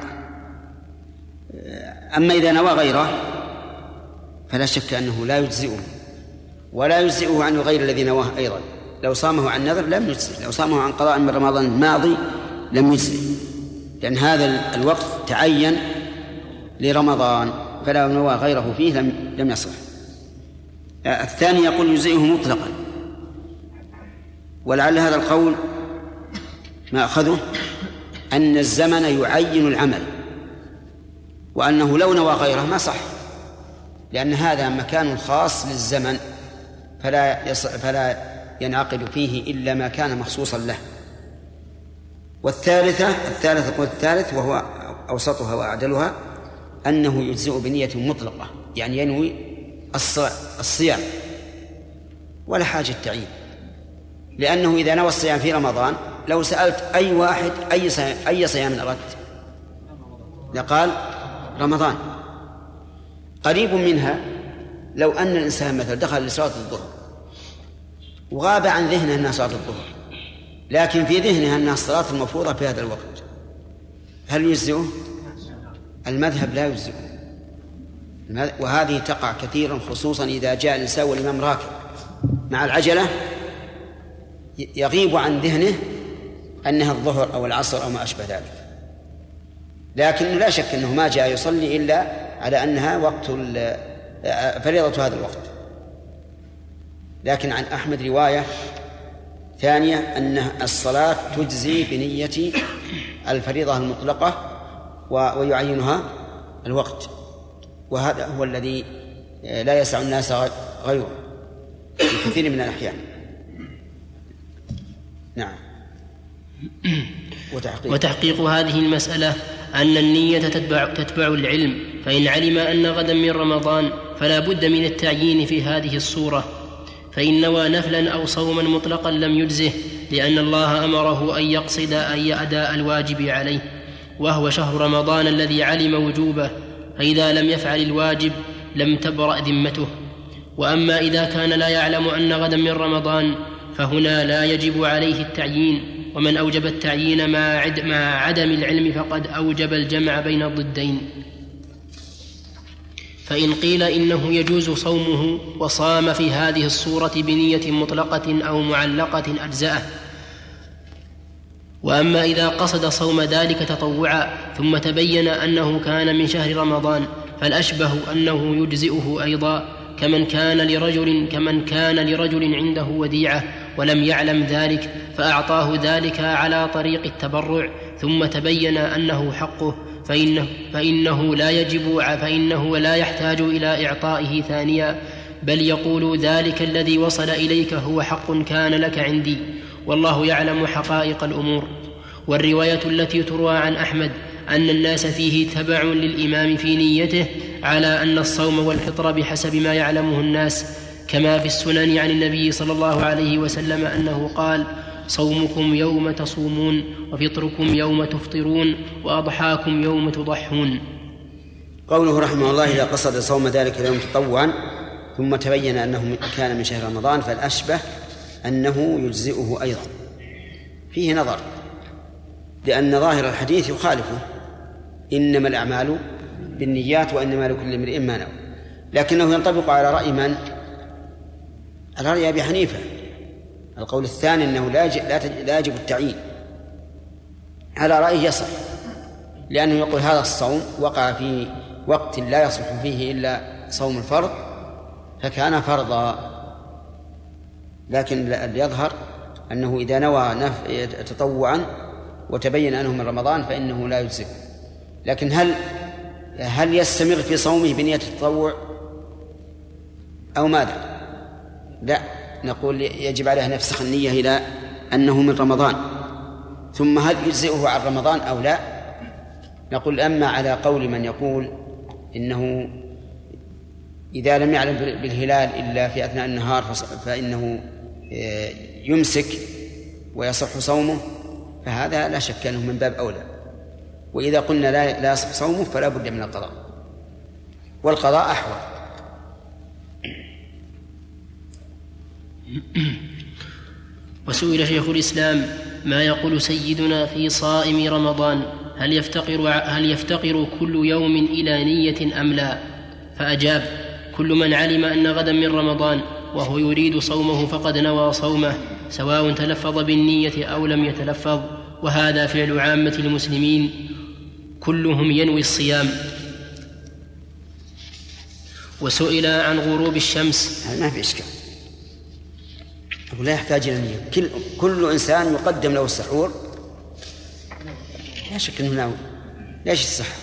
أما إذا نوى غيره فلا شك أنه لا يجزئه، ولا يجزئه عن غير الذي نواه أيضا. لو صامه عن نذر لم يجزئ، لو صامه عن قضاء من رمضان الماضي لم يجزئ، لأن هذا الوقت تعين لرمضان، فلا نوى غيره فيه لم يصح. الثاني يقول يجزئه مطلقا، ولعل هذا القول ما أخذه أن الزمن يعين العمل، وأنه لو نوى غيره ما صح، لأن هذا مكان خاص للزمن فلا ينعقد فيه إلا ما كان مخصوصا له. والثالث وهو أوسطها وأعدلها أنه يجزئ بنية مطلقة، يعني ينوي الصيام ولا حاجة تعيين، لأنه إذا نوى الصيام في رمضان لو سألت أي واحد أي صيام أردت لقال رمضان. قريب منها لو أن الإنسان مثلا دخل لصلاة الظهر وغاب عن ذهنه أنها صلاة الظهر، لكن في ذهنها أنها الصلاة المفروضة في هذا الوقت، هل يجزئه؟ المذهب لا يجزئه. وهذه تقع كثيرا، خصوصا إذا جاء الإنسان والإمام راكب مع العجلة يغيب عن ذهنه أنها الظهر أو العصر أو ما أشبه ذلك، لكن لا شك أنه ما جاء يصلي إلا على أنها وقت فريضة هذا الوقت. لكن عن أحمد رواية ثانية أن الصلاة تجزي بنية الفريضة المطلقة ويعينها الوقت، وهذا هو الذي لا يسع الناس غيره في كثير من الأحيان. نعم. وتحقيق هذه المسألة أن النية تتبع العلم، فإن علم أن غدا من رمضان فلا بد من التعيين في هذه الصورة، فإن نوى نفلا أو صوما مطلقا لم يجزه، لأن الله أمره أن يقصد أي أداء الواجب عليه، وهو شهر رمضان الذي علم وجوبه، فإذا لم يفعل الواجب لم تبرأ ذمته. وأما إذا كان لا يعلم أن غدا من رمضان فهنا لا يجب عليه التعيين، ومن أوجب التعيين مع عدم العلم فقد أوجب الجمع بين الضدين. فإن قيل إنه يجوز صومه وصام في هذه الصورة بنية مطلقة أو معلقة أجزأه. وأما إذا قصد صوم ذلك تطوعا ثم تبين أنه كان من شهر رمضان فالأشبه أنه يجزئه أيضا، كمن كان لرجل عنده وديعة ولم يعلم ذلك فأعطاه ذلك على طريق التبرع ثم تبين أنه حقه، فإنه لا يحتاج إلى إعطائه ثانيا، بل يقول ذلك الذي وصل إليك هو حق كان لك عندي، والله يعلم حقائق الأمور. والرواية التي تروى عن أحمد أن الناس فيه تبع للإمام في نيته على أن الصوم والفطر بحسب ما يعلمه الناس، كما في السنن عن النبي صلى الله عليه وسلم أنه قال: صومكم يوم تصومون، وفطركم يوم تفطرون، وأضحاكم يوم تضحون. قوله رحمه الله: إذا قصد صوم ذلك اليوم تطوعا ثم تبين أنه كان من شهر رمضان فالأشبه أنه يجزئه أيضا. فيه نظر، لأن ظاهر الحديث يخالفه: إنما الأعمال بالنيات وإنما لكل امرئ ما نوى. لكنه ينطبق على رأي من؟ على رأي أبي حنيفة. القول الثاني أنه لا يجب التعيين، على رأيه يصح، لأنه يقول هذا الصوم وقع في وقت لا يصلح فيه إلا صوم الفرض فكان فرضا. لكن اللي يظهر أنه إذا نوى تطوعا وتبين أنه من رمضان فإنه لا يجزئ. لكن هل يستمر في صومه بنية التطوع أو ماذا؟ لا، نقول يجب عليه أن يفسخ النية إلى أنه من رمضان. ثم هل يجزئه عن رمضان أو لا؟ نقول أما على قول من يقول إنه إذا لم يعلم بالهلال إلا في أثناء النهار فإنه يمسك ويصح صومه، فهذا لا شك أنه من باب أولى. وإذا قلنا لا يصح صومه فلا بد من القضاء، والقضاء أحوط. وسئل شيخ الإسلام: ما يقول سيدنا في صائم رمضان؟ هل يفتقر كل يوم إلى نية أم لا؟ فأجاب: كل من علم أن غدا من رمضان وهو يريد صومه فقد نوى صومه، سواء تلفظ بالنية أو لم يتلفظ، وهذا فعل عامة المسلمين كلهم ينوي الصيام. وسئل عن غروب الشمس. ما في إشكال، لا يحتاج إلى نية. كل إنسان يقدم له السحور، لا شك أنه ناوي. ليش السحر؟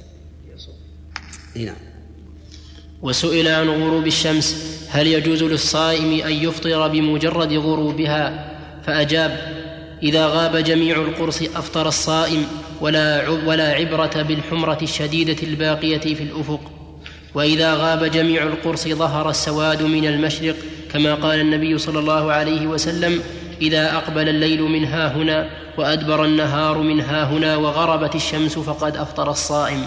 نعم. وسئل عن غروب الشمس: هل يجوز للصائم أن يفطر بمجرد غروبها؟ فأجاب: إذا غاب جميع القرص أفطر الصائم، ولا عبرة بالحمرة الشديدة الباقية في الأفق. وإذا غاب جميع القرص ظهر السواد من المشرق، كما قال النبي صلى الله عليه وسلم: إذا أقبل الليل من ها هنا وأدبر النهار من ها هنا وغربت الشمس فقد أفطر الصائم.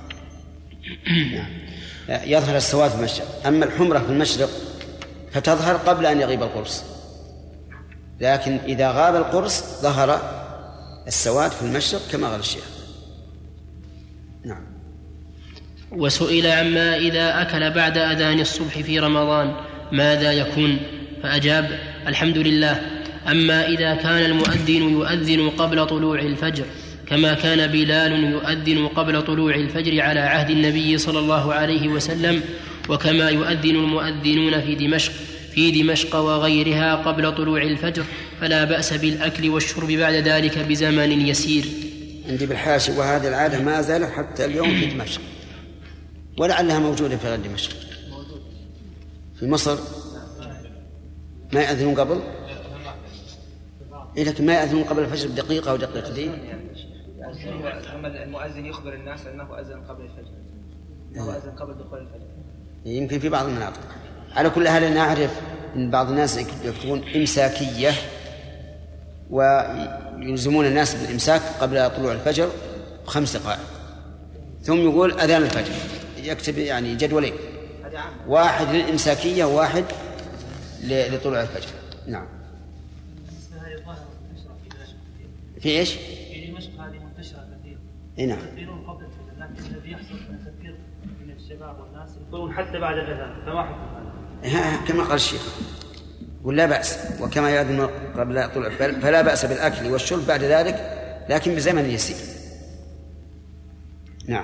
يظهر السواد في المشرق، أما الحمرة في المشرق فتظهر قبل أن يغيب القرص، لكن إذا غاب القرص ظهر السواد في المشرق كما قال الشيخ. نعم. وسئل عما إذا أكل بعد أذان الصبح في رمضان ماذا يكون؟ فأجاب: الحمد لله، أما إذا كان المؤذن يؤذن قبل طلوع الفجر كما كان بلال يؤذن قبل طلوع الفجر على عهد النبي صلى الله عليه وسلم، وكما يؤذن المؤذنون في دمشق وغيرها قبل طلوع الفجر، فلا بأس بالأكل والشرب بعد ذلك بزمن يسير. عندي بالحاشي وهذه العادة ما زالت حتى اليوم في دمشق، ولعلها موجودة في غير دمشق. في مصر ما يأذنون قبل، لكن ما يأذنون قبل الفجر بدقيقة أو دقيقتين. المؤذن يخبر الناس أنه أذن قبل الفجر، أنه أذن قبل دخول الفجر. يمكن في بعض المناطق. على كل حال نعرف أن بعض الناس يكتبون إمساكية ويلزمون الناس بالإمساك قبل طلوع الفجر 5 دقائق، ثم يقول أذان الفجر، يكتب يعني جدولين، واحد للإمساكية وواحد لطلوع الفجر. نعم. في إيش؟ في دمشق هذه منتشرة كثير. نعم. يؤذنون قبل الفجر، لكن الذي يحصل من تفكير من الشباب والناس يقولون حتى بعد الأذان، فما حكم هذا؟ كما قال الشيخ، ولا بأس، وكما يؤذن قبل طلوع فلا بأس بالأكل والشرب بعد ذلك، لكن بزمن يسير. نعم.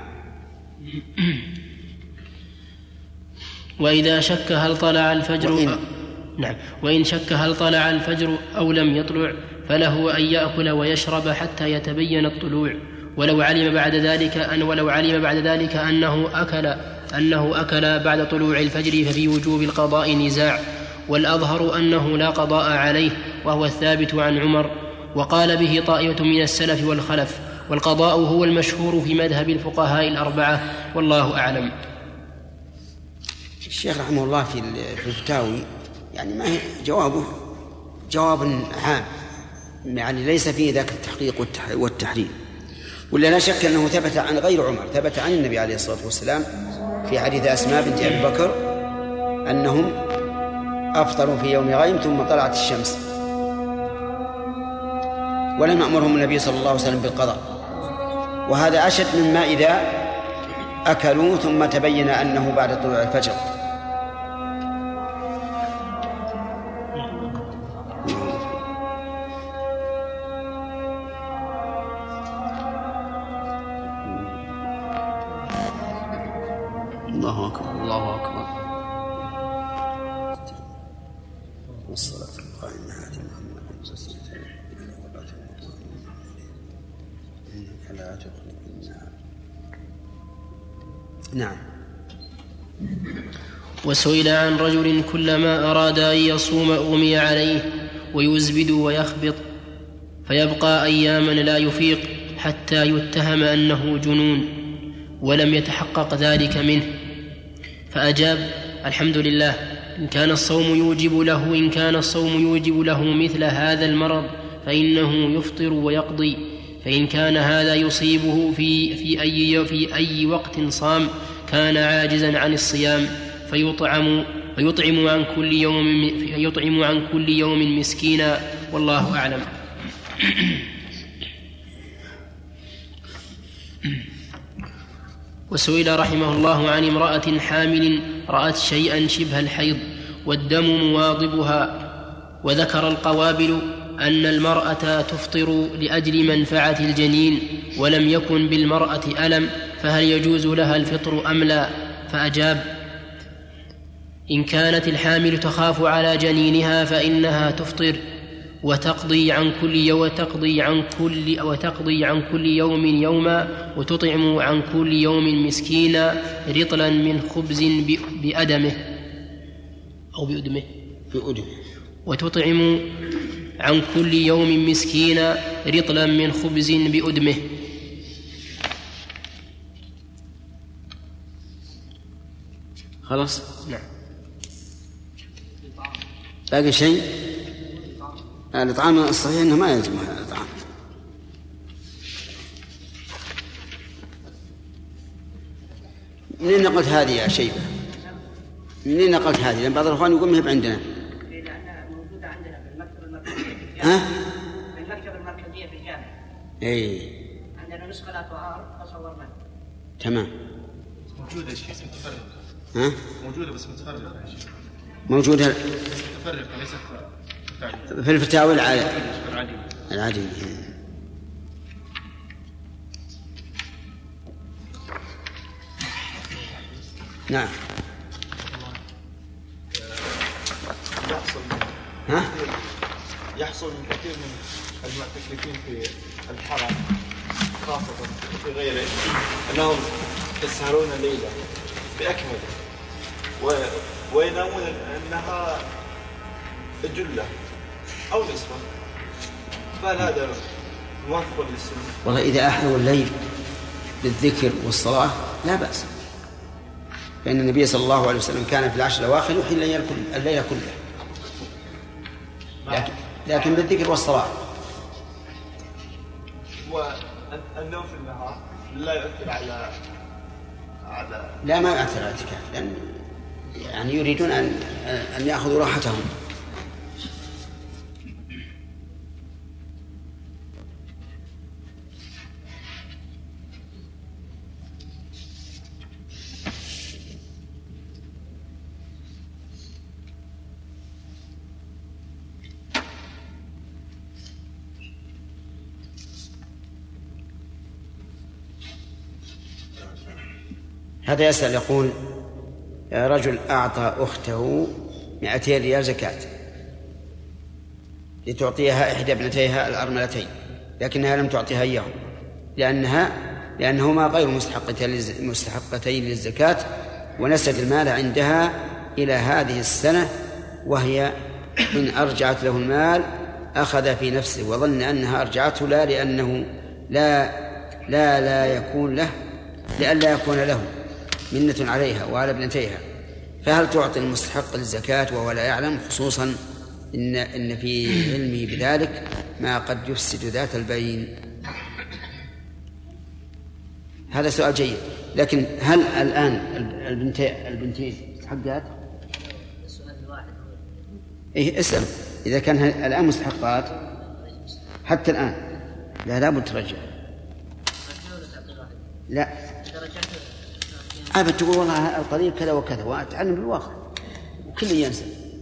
وإذا شك هل طلع الفجر وإن شك هل طلع الفجر أو لم يطلع فله أن يأكل ويشرب حتى يتبين الطلوع، ولو علم بعد ذلك أنه أكل بعد طلوع الفجر ففي وجوب القضاء نزاع، والأظهر أنه لا قضاء عليه، وهو الثابت عن عمر، وقال به طائفة من السلف والخلف، والقضاء هو المشهور في مذهب الفقهاء الأربعة، والله أعلم. الشيخ رحمه الله في الفتاوي يعني ما هي جواب عام، يعني ليس فيه ذاك التحقيق والتحريم، ولا لا شك أنه ثبت عن غير عمر، ثبت عن النبي عليه الصلاة والسلام في حديث أسماء بنت أبي بكر أنهم أفطروا في يوم غيم ثم طلعت الشمس، ولم يأمرهم النبي صلى الله عليه وسلم بالقضاء، وهذا أشد مما إذا أكلوا ثم تبين أنه بعد طلوع الفجر. الله أكبر الله أكبر. والصلاة القائمة على محمد إنك لا تخلق النار. نعم. وسئل عن رجل كلما أراد أن يصوم أغمي عليه ويزبد ويخبط فيبقى أياما لا يفيق حتى يتهم أنه جنون، ولم يتحقق ذلك منه، فأجاب: الحمد لله، إن كان الصوم يوجب له مثل هذا المرض فإنه يفطر ويقضي، فإن كان هذا يصيبه في أي وقت صام كان عاجزا عن الصيام فيطعم عن كل يوم مسكينا، والله أعلم. وسئل رحمه الله عن امرأة حامل رأت شيئا شبه الحيض والدم مواضبها، وذكر القوابل أن المرأة تفطر لأجل منفعة الجنين ولم يكن بالمرأة ألم، فهل يجوز لها الفطر أم لا؟ فأجاب: إن كانت الحامل تخاف على جنينها فإنها تفطر وتقضي عن كل يوم يوما، وتطعم عن كل يوم مسكينا رطلا من خبز بأدمه أو بأدمه وتطعم عن كل يوم مسكينا رطلا من خبز بأدمه. خلاص. نعم. باقي شيء؟ الإطعام الصحيح أنه ما يلزم الإطعام. منين نقلت هذه يا شيبة؟ منين نقلت هذه؟ لأن بعض الأخوان يقول مهب عندنا. لأنها موجودة عندنا في المكتبة المركزية. في المكتبة المركزية في الجامعة. إيه. عندنا نسخة لا تعارض تصورنا. تمام. موجودة يا شيخ متفرقة. ها؟ موجودة بس متفرقة يا شيخ. موجودة. متفرقة ليست في الفتاوى العادية. نعم. يحصل من كثير من المعتكفين في الحرم خاصة في غيره أنهم يسهرون الليلة بأكمله وينامون أنها جلة أو نصفا، فهل هذا موافق للسنة؟ والله إذا أحيوا الليل بالذكر والصلاة لا بأس، فإن النبي صلى الله عليه وسلم كان في العشر الأواخر يحيي الليل كله، لكن بالذكر والصلاة. والنوم في النهار لا يؤثر على لا، ما يؤثر على الاعتكاف، لأن يعني يريدون أن يأخذوا راحتهم. هذا يسأل يقول: رجل أعطى أخته 200 ريال زكاة لتعطيها إحدى ابنتيها الأرملتين، لكنها لم تعطيها إياه لأنهما غير مستحقتين للزكاة، ونسد المال عندها إلى هذه السنة، وهي إن أرجعت له المال أخذ في نفسه، وظن أنها أرجعته لا لأنه لا يكون له، لئلا يكون له منة عليها وعلى ابنتيها، فهل تعطي المستحق للزكاة وهو لا يعلم، خصوصا إن في علمه بذلك ما قد يفسد ذات البين؟ هذا سؤال جيد، لكن هل الآن البنتين مستحقات؟ السؤال الواحد إيه، اسأل. إذا كان الآن مستحقات حتى الآن لا بد ترجع. لا أبد تقول والله القليل كذا وكذا، وأتعلم بالواقع وكل ينسى.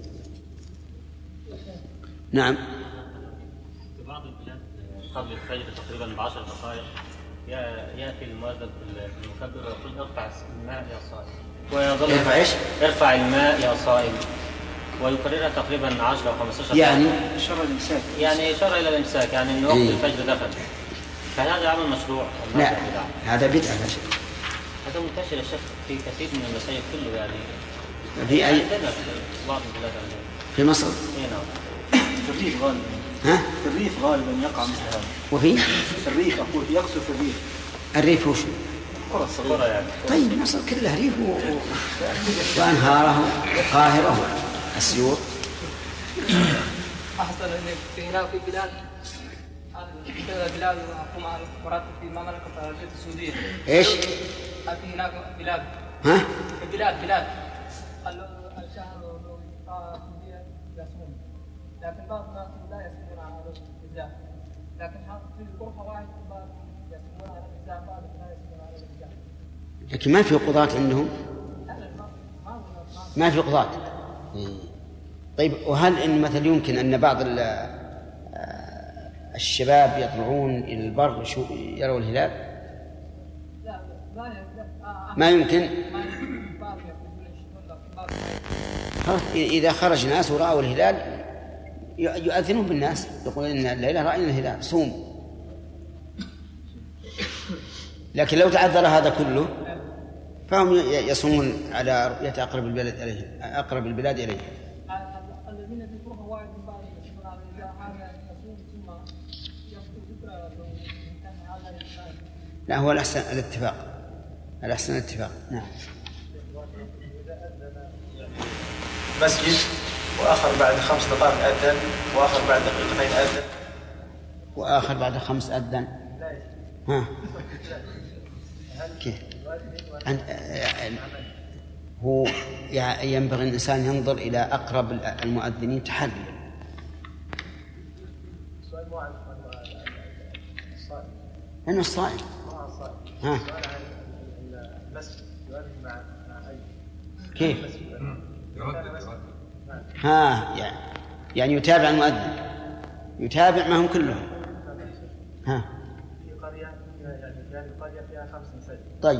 نعم. في بعض البلاد قبل الفجر تقريبا ب10 دقائق يأتي المؤذن في المكبر ويقول: ارفع الماء يا صائم، ويظل ارفع الماء يا صائم، ويكررها تقريبا 10 أو 15 يعني إشارة الإمساك، يعني إشارة إلى الإمساك، يعني أن وقت الفجر دخل. فهذا عمل مشروع؟ لا، هذا بدعة. هذا منتشر يا شيخ في كثير من المساجد كله، يعني في عندنا في بعض البلاد عندنا في مصر. نعم. في الريف غالبا. في الريف غالبا يقع مثل هذا. وفي الريف أقول يقصد في الريف وش؟ قرى صغيرة يعني. طيب مصر كلها ريف وأنهاره قاهرة أسيوط. أحسن أن في هناك في بلاد مع مرات في المملكة السعودية. إيش؟ في هناك بلاد. في بلاد الشهر السعودية يصوم، لكن بعض الناس لا يصومون على الإجزاء، لكن في الغرفة واحد بعض يصومون على الإجزاء، بعض لا يصومون على الإجزاء. لكن ما في قضاة عندهم؟ ما في قضاة. طيب، وهل إن مثل يمكن أن بعض الشباب يطلعون إلى البر يروا الهلال؟ ما يمكن. إذا خرج ناس ورأوا الهلال يؤذنون بالناس، يقولون إن الليلة رأينا الهلال، صوم. لكن لو تعذر هذا كله فهم يصومون على رؤية أقرب البلاد إليه. الذين في الغرفة واحد من بعض يصومون على الإجزاء يصوم ثم لا، هو الأحسن الاتفاق. نعم. مسجد وآخر بعد 5 دقائق أذن، وآخر بعد دقيقتين أذن، وآخر بعد 5 أذن. كيف؟ هو ينبغي الإنسان ينظر إلى أقرب المؤذنين تحلل. أنه الصائم. كيف؟ يعني يتابع المؤذن، يتابع ما هم كلهم. ها في قرية يعني في هذه القرية فيها 5 مساجد. طيب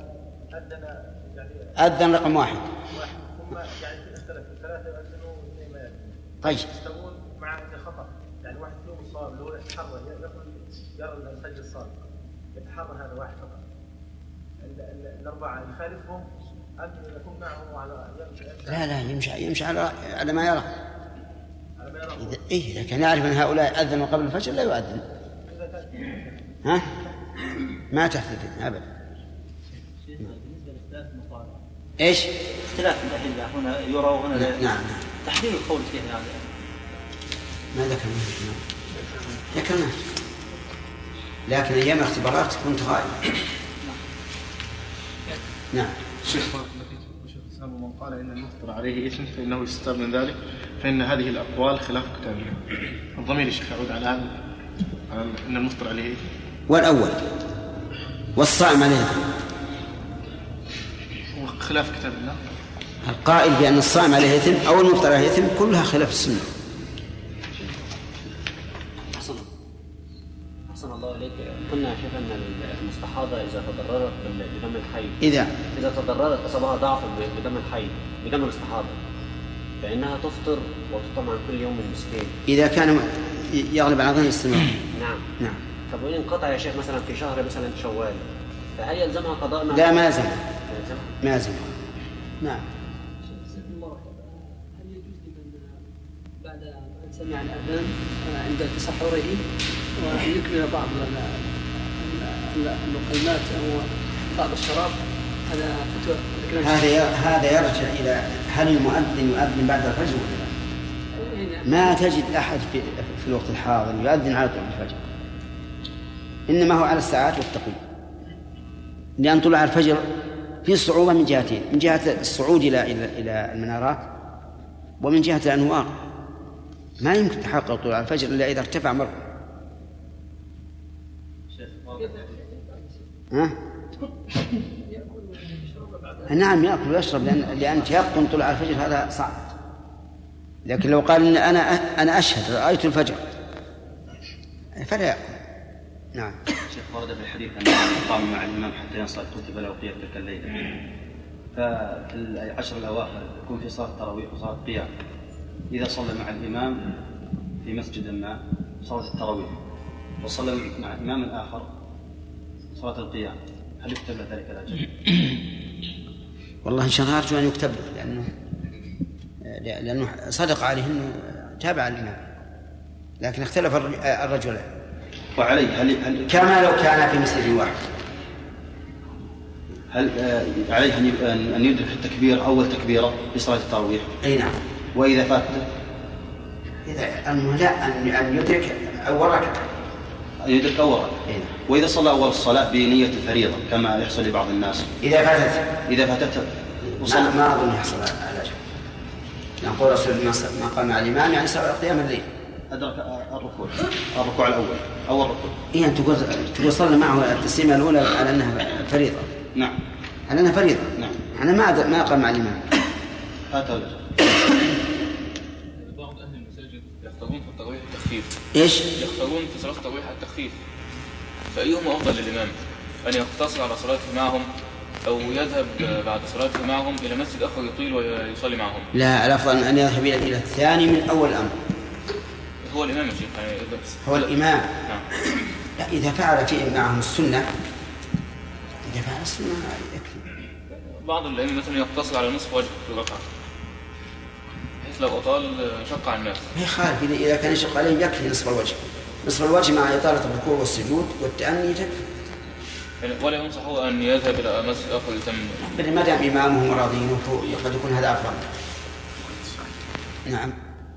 أذن رقم 1 ثم يعني اختلف الثلاثة يؤذنوا واثنين ما يؤذنون. طيب يستوون مع خطأ، يعني واحد فيهم الصواب اللي هو يتحرى يرى الفجر الصادق، يتحرى هذا واحد فقط. الأربعة يخالفهم أم يكون معهم على لا يمشي على ما يرى. إذا كان يعرف أن هؤلاء أذنوا قبل الفجر لا يؤذن. ها؟ ما تحدث أبدا. بالنسبة لاختلاف المصادر. إيش؟ اختلاف الأدلة هنا يرى وهنا لا. نعم. تحليل القول فيه يعني. ما ذكرنا. لكن أيام الاختبارات كنت غائب. نعم. شيخ الإسلام من قال إن المفطر عليه إثم فإنه يستتاب من ذلك، فإن هذه الأقوال خلاف كتاب الله. الضمير الشيخ يعود على هذا، على إن المفطر عليه. والأول والصائم عليه خلاف كتاب الله. القائل بأن الصائم عليه إثم أو المفطر عليه إثم كلها خلاف السنة. أحسن الله إليك. قلنا يا شيخ أن المستحاضة إذا تضررت بدم الحيض، إذا تضررت أصابها ضعف بدم الحيض بدم الاستحاضة فإنها تفطر وتطعم عن كل يوم مسكين إذا كان يغلب على ظن الاستمرار. نعم. طب وإن انقطع يا شيخ مثلا في شهر مثلا شوال فهل يلزمها قضاء؟ لا ما يلزم. نعم. هل يجوز لمن بعد أن سمع الأذان عند تسحره وأن يكمل بعض المقيمات أو بعض الشراب؟ هذا يرجع إلى هل المؤذن يؤذن بعد الفجر ولا لا؟ ما تجد أحد في الوقت الحاضر يؤذن على طلوع الفجر، إنما هو على الساعات والتقويم، لأن طلوع الفجر في صعوبة من جهتين: من جهة الصعود إلى المنارات، ومن جهة الأنوار. ما يمكن تحقق طلوع الفجر إلا إذا ارتفع مرة. نعم يأكل ويشرب، لأن تيقن طلوع الفجر هذا صعب. لكن لو قال إن أنا أشهد رأيت الفجر فلا يأكل. نعم. شيخ ورد في الحديث أن قام مع الإمام حتى ينصرف كتب له قيام تلك الليلة، ففي العشر الأواخر يكون في صلاة التراويح وصلاة قيام. إذا صلى مع الإمام في مسجد ما صلاة التراويح وصلى مع إمام آخر صلاة القيام، هل يكتب له ذلك الأجر؟ والله إن شاء الله أرجو أن يكتب له، لأنه صدق عليه أنه تابع الإمام، لكن اختلف الرجلان. وعليه هل كما لو كان في مسجد واحد، هل عليه أن يدرك التكبير أول تكبيرة لصلاة التراويح؟ أي نعم. وإذا فاتته؟ لا، أن يدرك أول ركعة. يدرك أول ركعة. وإذا صلى أول الصلاة بنية الفريضة كما يحصل لبعض الناس، إذا فاتته ما أظن يحصل على أجر. نقول رسول الله ما قام مع الإمام يعني سبع قيام الليل، أدرك الركوع الأول، أول ركوع. إيه أنت تقول صلى معه التسليمة الأولى على أنها فريضة. نعم. على أنها فريضة. نعم. أنا ما قام مع الإمام. هذا ولا بعض أهل المساجد يختارون في التراويح التخفيف. إيش؟ يختارون في صلاة التراويح التخفيف، فأيهما أفضل للإمام؟ أن يقتصر على صلاته معهم أو يذهب بعد صلاته معهم إلى مسجد آخر يطيل ويصلي معهم؟ لا، الأفضل أن يذهب إلى الثاني من أول الأمر. هو الإمام يا شيخ يعني هو الإمام. نعم. لا، إذا فعل فيه معهم السنة، إذا فعل السنة يكفي. بعض الأئمة مثلا يقتصر على نصف وجه في الركعة، بحيث لو أطال شق على الناس. ما يخالف، إذا كان يشق عليهم يكفي نصف الوجه. نصف الوجه مع إطالة الركوع والسجود والتأني تكفي. ولا ينصحه أن يذهب إلى مسجد آخر يتم. ما دام إمامهم راضين قد يكون هذا أفضل. نعم.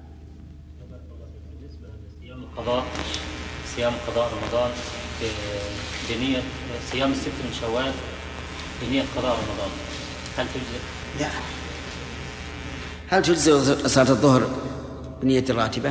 صيام قضاء رمضان بنية صيام الست من شوال بنية قضاء رمضان، هل تجزئ؟ لا. هل تجزئ صلاة الظهر بنية الراتبة؟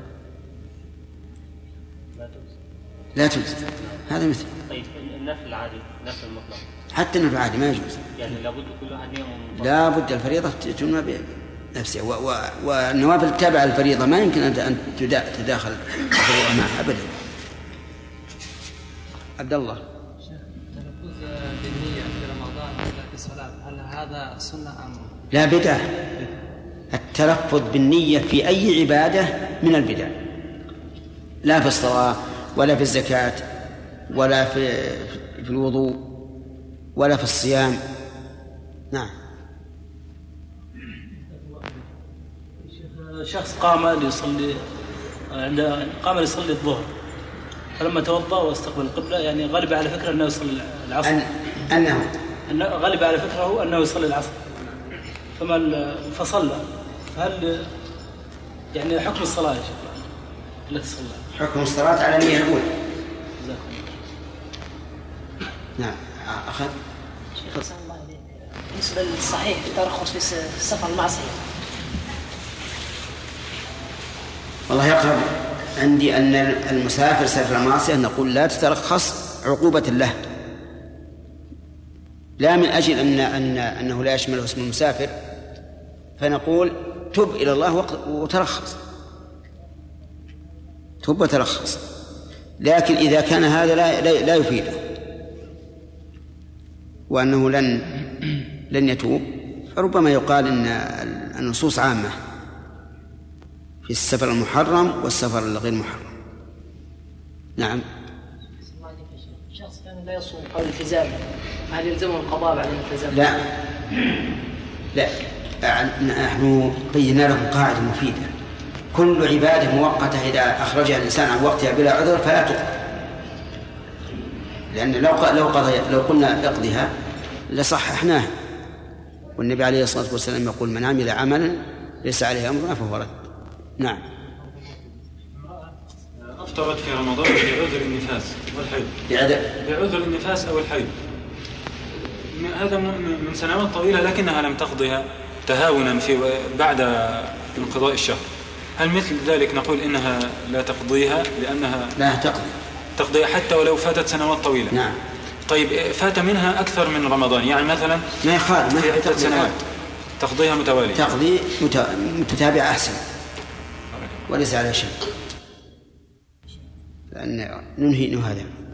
لا تجزئ. هذا مثل. طيب النفل العادي، النفل المطلق. حتى النفل العادي ما يجوز. يعني لابد كل واحد يوم. لابد الفريضة تتم نفسها. والنوافل التابعة للفريضة ما يمكن أن تداخل الفريضة معها أبدا. عبد الله. التلفظ بالنية في رمضان في الصلاة هل هذا سنة أم لا؟ بدعة. التلفظ بالنية في أي عبادة من البدع، لا في الصلاة ولا في الزكاة ولا في الوضوء ولا في الصيام. نعم. شخص قام ليصلي الظهر، فلما توضأ واستقبل القبلة يعني غلب على فكرة أنه يصلي العصر، غلب على فكره أنه يصلي العصر، فصلى. هل يعني حكم الصلاة يا شيخ التي صلى؟ حكم الصلاة على النية الأولى. نعم. أخذ شيخ الله عليك. بالنسبة للصحيح الترخص في السفر المعصية، والله يقرب عندي أن المسافر سافر المعصية نقول لا تترخص عقوبة له، لا من أجل أنه لا يشمله اسم المسافر، فنقول تب إلى الله وترخص، تب وترخص. لكن إذا كان هذا لا يفيده وأنه لن يتوب، فربما يقال أن النصوص عامة في السفر المحرم والسفر الغير محرم. نعم. شخص كان لا يصوم قبل الالتزام، هل يلزمه القضاء بعد الالتزام؟ لا، نحن بينا لهم قاعدة مفيدة: كل عبادة مؤقتة إذا أخرجها الإنسان عن وقتها بلا عذر فلا تقضى، لأن لو قلنا اقضها لصححناه، والنبي عليه الصلاة والسلام يقول: من عمل عملا ليس عليه أمرنا فهو رد. نعم. أفطرت في رمضان بعذر النفاس والحيض، بعذر النفاس أو الحيض، هذا من سنوات طويلة، لكنها لم تقضيها تهاونا بعد انقضاء الشهر. هل مثل ذلك نقول إنها لا تقضيها لأنها لا تقضيها حتى ولو فاتت سنوات طويلة؟ نعم. طيب فات منها أكثر من رمضان، يعني مثلا ما في عدة سنوات تقضيها متوالية، تقضي متتابعة أحسن وليس على شيء، لأن ننهي هذا.